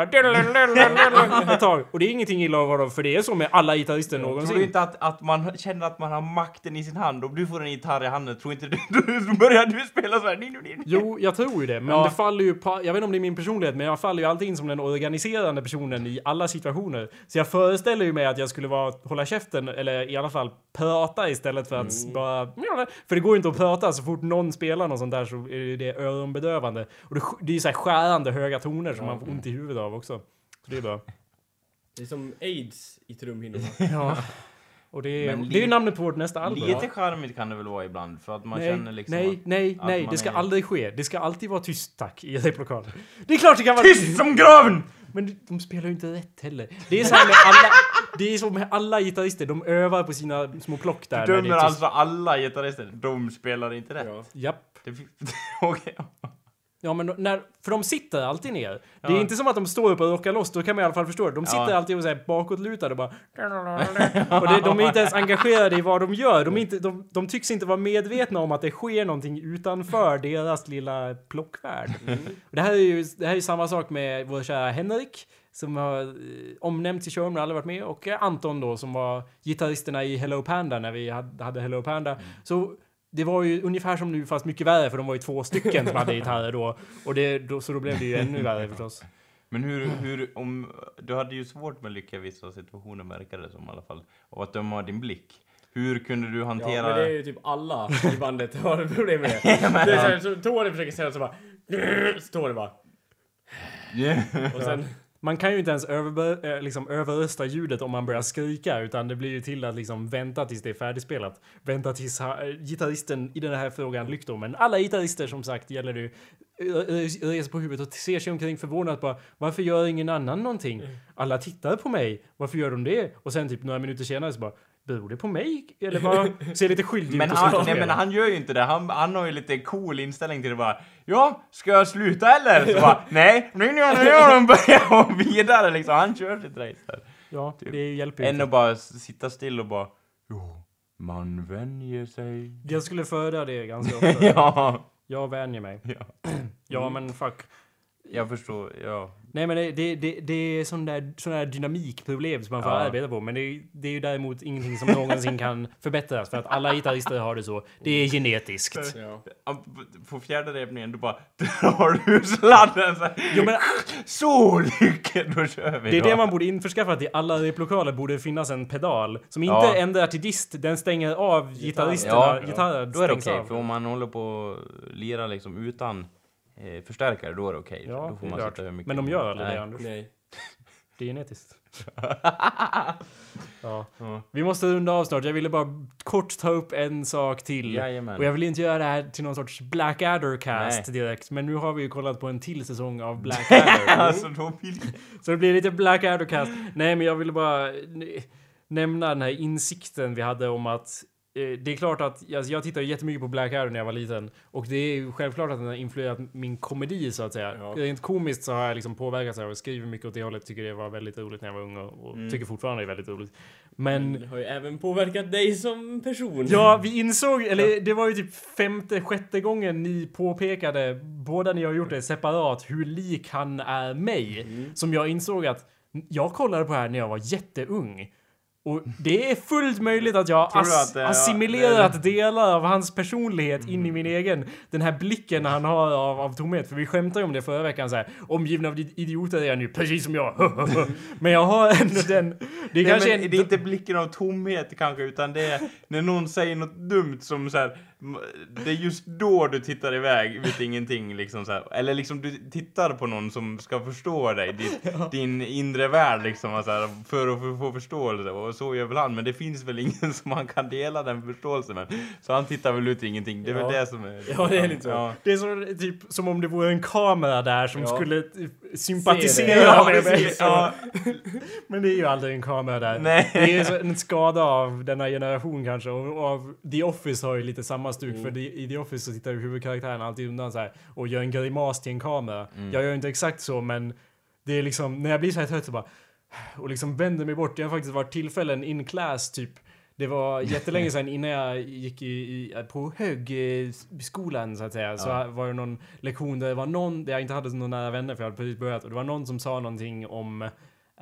ett tag. Och det är ingenting illa av honom, för det är så med alla gitarrister Tror du någonsin. inte att, att man känner att man har makten i sin hand? Om du får en gitarr i handen, tror inte du, då börjar du spela så här. Din, din. Jo, jag tror ju det. Men Ja. det faller ju på, jag vet inte om det är min personlighet, men jag faller ju alltid in som den organiserande personen i alla situationer. Så jag föreställer ju mig att jag skulle vara, hålla käften, eller i alla fall prata istället för att bara... För det går ju inte att prata så fort någon spelar något sånt där, så är det öronbedövande. Och det, det är ju så här skärande höga toner som man får ont i huvudet av också. Så det är bra. Det är som AIDS i trumhinnorna. Ja. Och det är, Men det är ju li- namnet på vårt nästa album. Lite charmigt kan det väl vara ibland, för att man Nej, känner liksom nej, att, nej, att nej, man det ska är- aldrig ske. Det ska alltid vara tyst, tack, i replokalen. Det är klart det kan vara Tyst som graven! Men de spelar ju inte rätt heller. Det är så här med alla, det är så med alla gitarrister. De övar på sina små plock där. Du när det dömer är tyst. alltså alla gitarrister, de spelar inte rätt. Ja. Japp. Det fi- Okej. Ja, men då- när, för de sitter alltid ner. Det är Ja. inte som att de står upp och rockar loss. Då kan man i alla fall förstå det. De sitter Ja. alltid och så här bakåtlutade och bara... Och det, de är inte ens engagerade i vad de gör. De, är inte, de, de tycks inte vara medvetna om att det sker någonting utanför deras lilla plockvärld. Och det här är ju det här är ju samma sak med vår kära Henrik, som har eh, omnämnts i showen men aldrig varit med. Och eh, Anton då, som var gitarristerna i Hello Panda när vi hade, hade Hello Panda. Så det var ju ungefär som nu, fast mycket värre, för de var ju två stycken som hade gitarrer då. Och det, då, så då blev det ju ännu värre förstås. Men hur, hur, om, du hade ju svårt med lycka i vissa situationer, verkar det som i alla fall. Och att döma av din blick. Hur kunde du Ja, hantera... men det är ju typ alla i bandet har problem med det. Det är så här, så Tony försöker säga så bara... Så Tony bara... Och sen... Man kan ju inte ens över, eh, liksom, överrösta ljudet om man börjar skrika, utan det blir ju till att liksom vänta tills det är färdigspelat. Vänta tills ha, eh, gitarristen i den här frågan lyckt då. Men alla gitarrister, som sagt, gäller det ju eh, reser på huvudet och ser sig omkring förvånat bara, varför gör ingen annan någonting? Alla tittar på mig, varför gör de det? Och sen typ några minuter senare så bara, beror det på mig? Eller bara ser lite skyldig Men ut och han, slutar nej, spela. men han gör ju inte det. Han, han har ju lite cool inställning till det bara. Ja, ska jag sluta eller? Så bara, nej, nu gör de börja och vidare liksom. Han kör sitt race där. Ja, det hjälper ju Än inte. att bara sitta still och bara, jo, man vänjer sig. Jag skulle föredra det ganska ofta. Ja. Jag vänjer mig. Ja. Ja, men fuck. Jag förstår, ja. Nej men det, det, det, det är sån där, sån där dynamikproblem som man får Ja. arbeta på. Men det, är- det är ju däremot ingenting som någonsin kan förbättras. För att alla gitarrister har det så. Det är genetiskt. Ja. På fjärde repningen, du bara drar du sladden så här. Jo, men Så lyckat, då kör vi det är då. det man borde införskaffa. Att i alla replokaler borde finnas en pedal. Som inte Ja. ändrar till dist. Den stänger av gitarristerna. Ja, Gitarrer Då är det stängs okej, av. för om man håller på och lira liksom utan eh, förstärkare, då är det okej. Ja, då får det är man klart. sitta hur mycket. Men de gör aldrig Nej. det, Anders. Nej. Det är genetiskt. ja. Ja. Vi måste runda av snart. Jag ville bara kort ta upp en sak till. Jajamän. Och jag vill inte göra det här till någon sorts Blackadder-cast Nej. direkt. Men nu har vi ju kollat på en till säsong av Blackadder. Alltså, då vill... Så det blir lite Blackadder-cast. Nej, men jag ville bara n- nämna den här insikten vi hade om att eh, det är klart att alltså, jag tittade jättemycket på Blackadder när jag var liten. Och det är ju självklart att den har influerat min komedi så att säga. Ja. Rent komiskt så har jag liksom påverkats av och skriver mycket åt det hållet. Tycker det var väldigt roligt när jag var ung och, och Mm. tycker fortfarande det är väldigt roligt. Men Det har ju även påverkat dig som person. ja, vi insåg, eller det var ju typ femte, sjätte gången ni påpekade, båda ni har gjort det separat, hur lik han är mig. Mm. Som jag insåg att jag kollade på det här när jag var jätteung. Och det är fullt möjligt att jag Tror du ass- att det- assimilerat delar av hans personlighet in i min egen. Den här blicken han har av, av tomhet. För vi skämtade ju om det förra veckan så här. Omgiven av idioter är jag nu, precis som jag. Men jag har ändå den... Det är Nej, kanske men en, det är inte blicken av tomhet kanske, utan det är när någon säger något dumt som så här, m- det är just då du tittar iväg, vet ingenting liksom så här. Eller liksom du tittar på någon som ska förstå dig, din, din inre värld liksom så här, för att få- få förståelse, och så gör väl han, men det finns väl ingen som man kan dela den förståelsen med, så han tittar väl ut ingenting. Det är Ja. väl det som är... Ja, det är lite så. Ja. Det är så, typ som om det vore en kamera där som Ja. skulle typ, Se det. sympatisera Ja, med mig. precis, ja. Men det är ju aldrig en kamera där. Nej. Det är så en skada av denna generation kanske. Och och av The Office har ju lite samma stuk. Mm. För det, i The Office så tittar ju huvudkaraktären alltid undan så här och gör en grimas till en kamera. Mm. Jag gör inte exakt så, men det är liksom, när jag blir så här trött så bara och liksom vänder mig bort. Det har faktiskt varit tillfällen in class typ. Det var jättelänge sedan innan jag gick i, i, på högskolan så att säga. Så Ja. var det någon lektion där det var någon, där jag inte hade några nära vänner för jag hade precis börjat. Och det var någon som sa någonting om äh,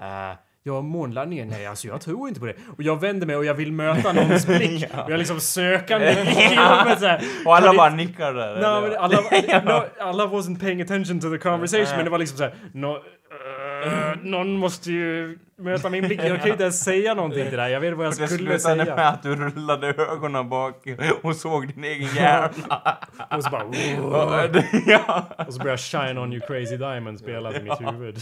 ja, månlandningen, nej alltså jag tror inte på det. Och jag vänder mig och jag vill möta någons blick. Ja. Och jag liksom sökande blick i rummet så här. Och alla Kan bara det- nickar där. No, eller? men alla, no, alla wasn't paying attention to the conversation, men det var liksom så här, no, uh, någon måste ju möta min blick. Jag kan ju inte ens säga någonting till det där. Jag vet vad jag Det skulle slutade säga. med att du rullade ögonen bak och såg din egen hjärna. Och så bara, Ja, det- ja. och så börjar Shine On You Crazy Diamond spela i mitt huvud.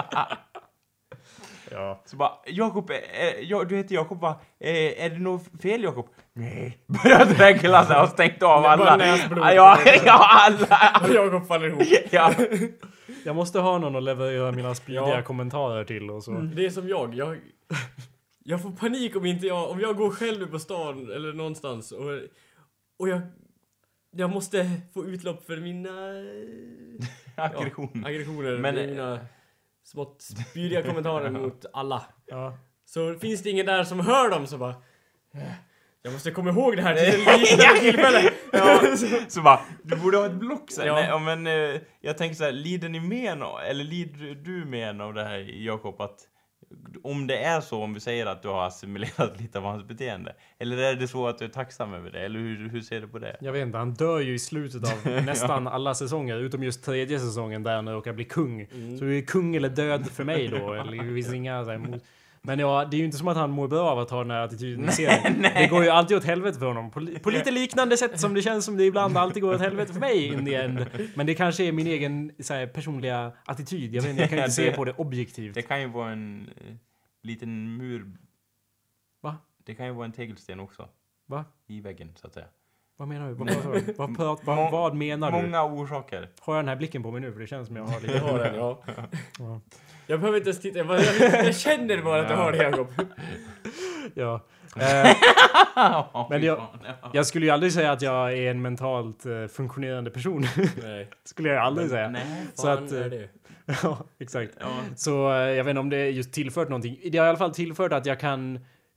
Ja. Så bara, Jakob, eh, ja, du heter Jakob, va? Eh, är det något fel, Jakob? Nej. Började dregla sig och stängt av Bara alla. näsblod. Ja, ja, alla. Och Jakob faller ihop. Ja. Jag måste ha någon att leverera mina spydiga Ja. kommentarer till och så. Det är som jag. jag. Jag får panik om inte jag... Om jag går själv på stan eller någonstans och, och jag... Jag måste få utlopp för mina... Aggression. Ja, aggressioner. Men- Men, mina smått spydiga kommentarer mot alla. Ja. Så finns det ingen där som hör dem så bara... Jag måste komma ihåg det här till en liknande tillfälle. Ja, så bara, du borde ha ett block sen. Ja. Nej, ja, men eh, jag tänker så här, lider ni med nå- eller lider du med av det här, Jakob, att om det är så, om vi säger att du har assimilerat lite av hans beteende, eller är det så att du är tacksam över det, eller hur, hur ser du på det? Jag vet inte, han dör ju i slutet av nästan alla säsonger, utom just tredje säsongen där han råkar bli kung. Så det är kung eller död för mig då, eller det finns inga så här mot... Men ja, det är ju inte som att han mår bra av att ha den här attityden i serien. Det går ju alltid åt helvete för honom. På, li- på lite liknande sätt som det känns som det ibland alltid går åt helvete för mig in the end. Men det kanske är min egen så här, personliga attityd. Jag vet inte, jag kan inte se på det objektivt. Det kan ju vara en eh, liten mur. Va? Det kan ju vara en tegelsten också. Va? I väggen, så att säga. Vad menar du? Vad, vad, vad, vad, vad, vad menar du? Många orsaker. Har jag den här blicken på mig nu? För det känns som jag har lite... Jag har den, ja. Ja. Jag behöver inte ens titta. Jag, bara, jag, jag känner bara att jag har det, Jakob. Ja. Eh, Ja, Men fy jag- fan, ja. jag skulle ju aldrig säga att jag är en mentalt eh, funktionerande person. Nej. skulle jag aldrig säga. Nej. Så Fan att, är eh, det. ja, exakt. Ja. Så eh, jag vet inte om det just tillfört någonting. Det har i alla fall tillfört att jag kan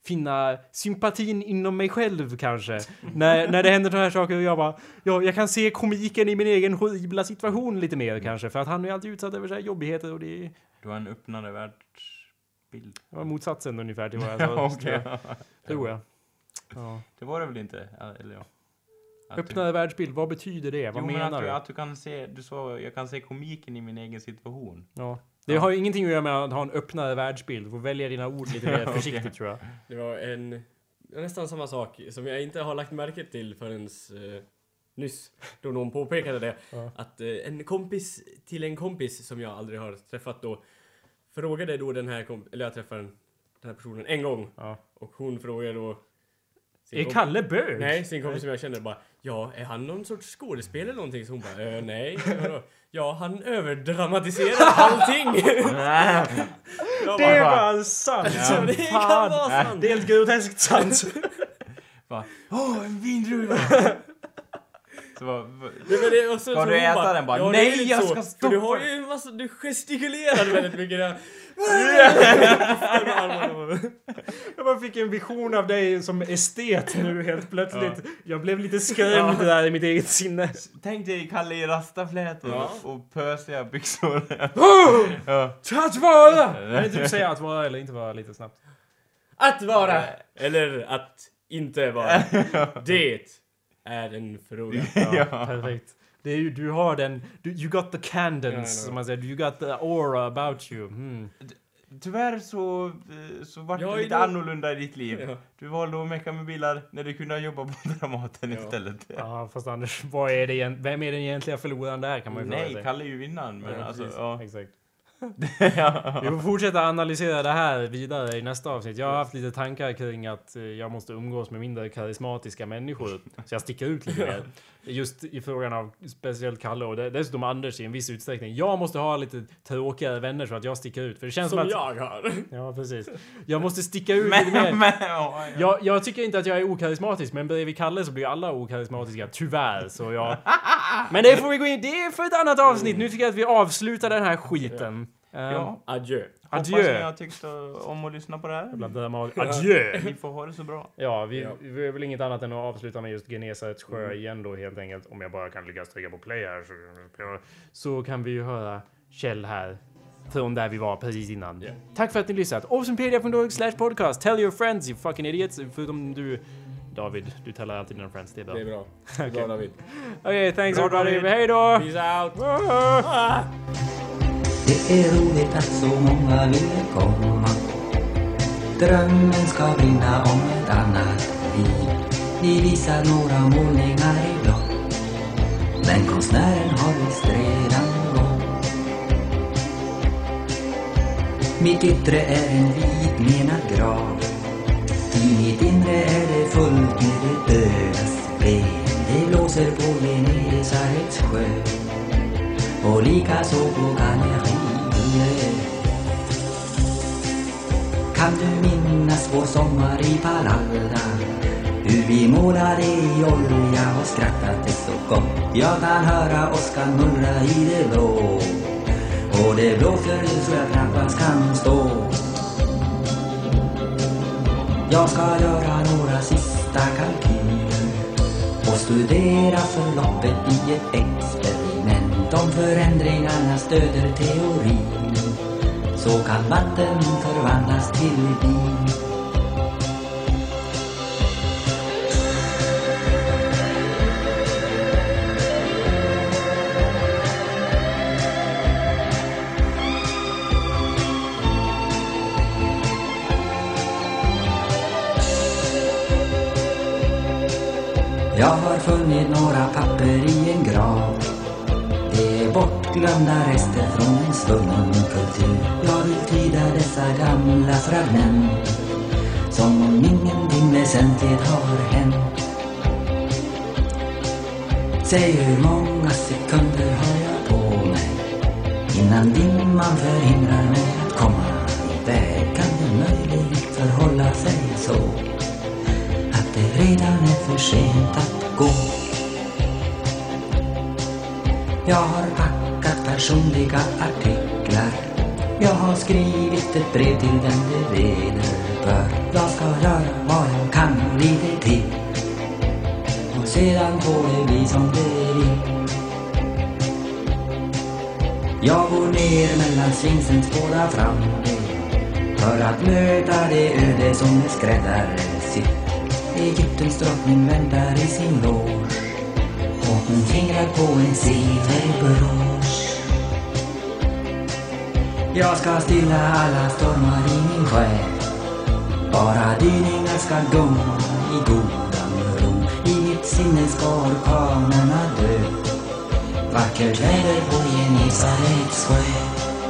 finna sympatin inom mig själv kanske. när, när det händer sådana här saker och jag bara, ja, jag kan se komiken i min egen horribla situation lite mer kanske. För att han är alltid utsatt över så här jobbigheter och det är... Du har en öppnare världsbild. Det var motsatsen ungefär till vad jag sa. Okej. Tror jag. Ja. Det var det väl inte? Eller ja. Att Öppnare världsbild, vad betyder det? Vad jo, menar men att du? du? Att du kan se, du sa, jag kan se komiken i min egen situation. Ja. Det ja. har ju ingenting att göra med att ha en öppnare världsbild. Du får välja dina ord lite mer försiktigt okay. tror jag. Det var en nästan samma sak som jag inte har lagt märke till förrän eh, nyss. Då någon påpekade det. Ja. Att eh, en kompis till en kompis som jag aldrig har träffat då frågade då den här komp- eller jag träffade den, den här personen en gång. Ja. Och hon frågade då är komp- Kalle bög? Nej, sin kompis som jag kände bara, ja, är han någon sorts skådespelare eller någonting? Så hon bara, äh, nej. Ja, han överdramatiserar allting. Det var sant. Ja, det kan vara sant. Det är helt groteskt sant. Åh, oh, en vindruva. Så vad, vad, det, men det, och så, ska så du äta bara, den bara? Ja, nej, jag så, ska stoppa. Du har ju en massa, du gestikulerar väldigt mycket där. Jag bara fick en vision av dig som estet nu helt plötsligt. Ja. Jag blev lite skrämd ja. där i mitt eget sinne. Tänk dig Kalle i rastaflätor ja. och pösiga byxor. Oh! Ja. Att vara! Kan inte du säga att vara eller inte vara lite snabbt? Att vara eller att inte vara. Det är en fråga. Ja, ja. Perfekt. Det är ju, du har den, du, you got the candence, som man säger, you got the aura about you. Mm. Tyvärr så, så var det ja, lite då... annorlunda i ditt liv. Ja. Du valde att mecka med bilar när du kunde jobba på Dramaten ja. istället. Ja, fast Anders, vad är det, vem är den egentliga förloraren där kan man ju Nej, Kalle är ju vinnaren. Men ja, alltså, ja. Exakt. Ja. Vi får fortsätta analysera det här vidare i nästa avsnitt. Jag har haft lite tankar kring att jag måste umgås med mindre karismatiska människor. Så jag sticker ut lite mer. Just i frågan av speciellt Kalle och dessutom Anders i en viss utsträckning. Jag måste ha lite tråkigare vänner så att jag sticker ut. För det känns som, som att, jag har. Ja, precis. Jag måste sticka ut lite mer. Men, ja. jag, jag tycker inte att jag är okarismatisk, men bredvid Kalle så blir alla okarismatiska. Tyvärr, så jag... Men det får vi gå in. Det är för ett annat avsnitt. Nu tycker jag att vi avslutar den här skiten. Ja, adjö. Adjö. Hoppas ni har tyckt om att lyssna på det här. Adjö. Ni får ha det så bra. Ja, vi, ja. vi är väl inget annat än att avsluta med just Genesarets sjö mm. igen då helt enkelt. Om jag bara kan lyckas trycka på play här så, så kan vi ju höra Kjell här från där vi var precis innan. Yeah. Tack för att ni lyssnat. awesomepedia dot org slash podcast. Tell your friends, you fucking idiots. Förutom du, David, du tellar alltid dina friends. Det är bra. Det är bra. Det är bra, David. Okej, okay, thanks everybody. Hej då! Peace out! Ah. Det är roligt att så många vill komma. Drömmen ska brinna om ett annat liv. Vi visar några målningar i blått, men konstnären har visst redan gått. Mitt yttre är en vit menad grav. I mitt inre är det fullt med det dödas ben. Det blåser på Genesarets sjö och lika så på Galleri. Kan du minnas vår sommar i Palalda? Hur vi målade i olja och skrattade så gott. Jag kan höra Oskar mullra i det blå, och det blåser så jag knappast kan stå. Jag ska göra några sista kalkyler och studera förloppet i ett experiment. Om förändringarna stöder teorin så kan vatten förvandlas till vin. Jag har funnit några papper i en grav. Det är bortglömda rester från en svunnen kultur. Jag vill tyda dessa gamla fragment som om ingenting väsentligt har hänt. Säg hur många sekunder har jag på mig innan dimman förhindrar mig att komma iväg. Kan det möjligt förhålla sig så att det redan är för sent att gå? Jag har packat personliga artiklar. Jag har skrivit ett brev till den det leder För jag ska göra vad jag kan och lite till. Och sedan får det bli som det vill. Jag går ner mellan svinsens båda fram för att möta det öde som är skräddarsytt. Egyptens drottning väntar i sin loge och hon fingrar på en silverbrosch. Jag ska stilla alla stormar i min själ. Bara dyningar ska gunga i godan ro. I mitt sinne ska orkanerna dö. Vackert väder på Genesarets sjö.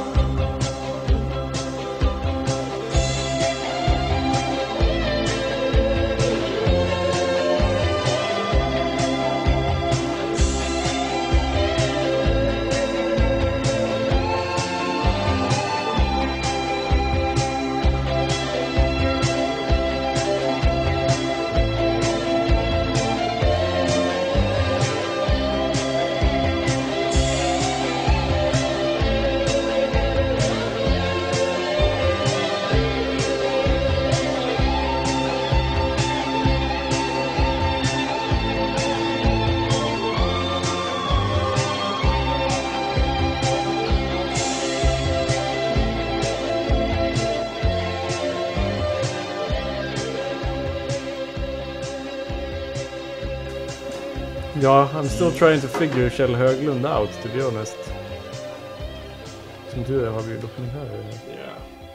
Ja, I'm still trying to figure Kjell Höglund out, to be honest. Som tur är har vi ju dokumentärer. Ja.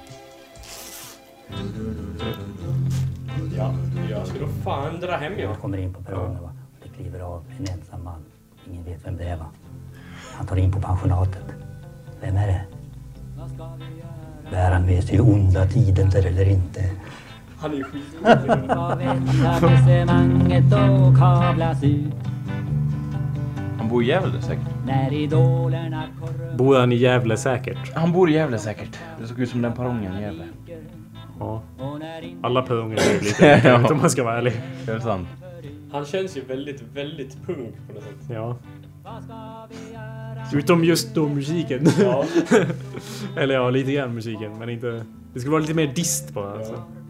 Ja, jag ska då fan dra hem, ja. Jag kommer in på perrongen, va? Det kliver av en ensam man. Ingen vet vem det är, va? Han tar in på pensionatet. Vem är det? Bär han med sig onda tiden eller inte? Han är ju skit. Han bor i Gävle säkert. Bor han i Gävle säkert? Han bor i Gävle säkert. Det såg ut som den perrongen i Gävle. Ja. Alla perronger är lite ja. Om man ska vara ärlig. Det är sant. Han känns ju väldigt, väldigt punk på något sätt. Ja. Utom just då musiken. Ja. Eller ja, lite grann musiken. Men inte... Det skulle vara lite mer dist bara. Ja. Alltså.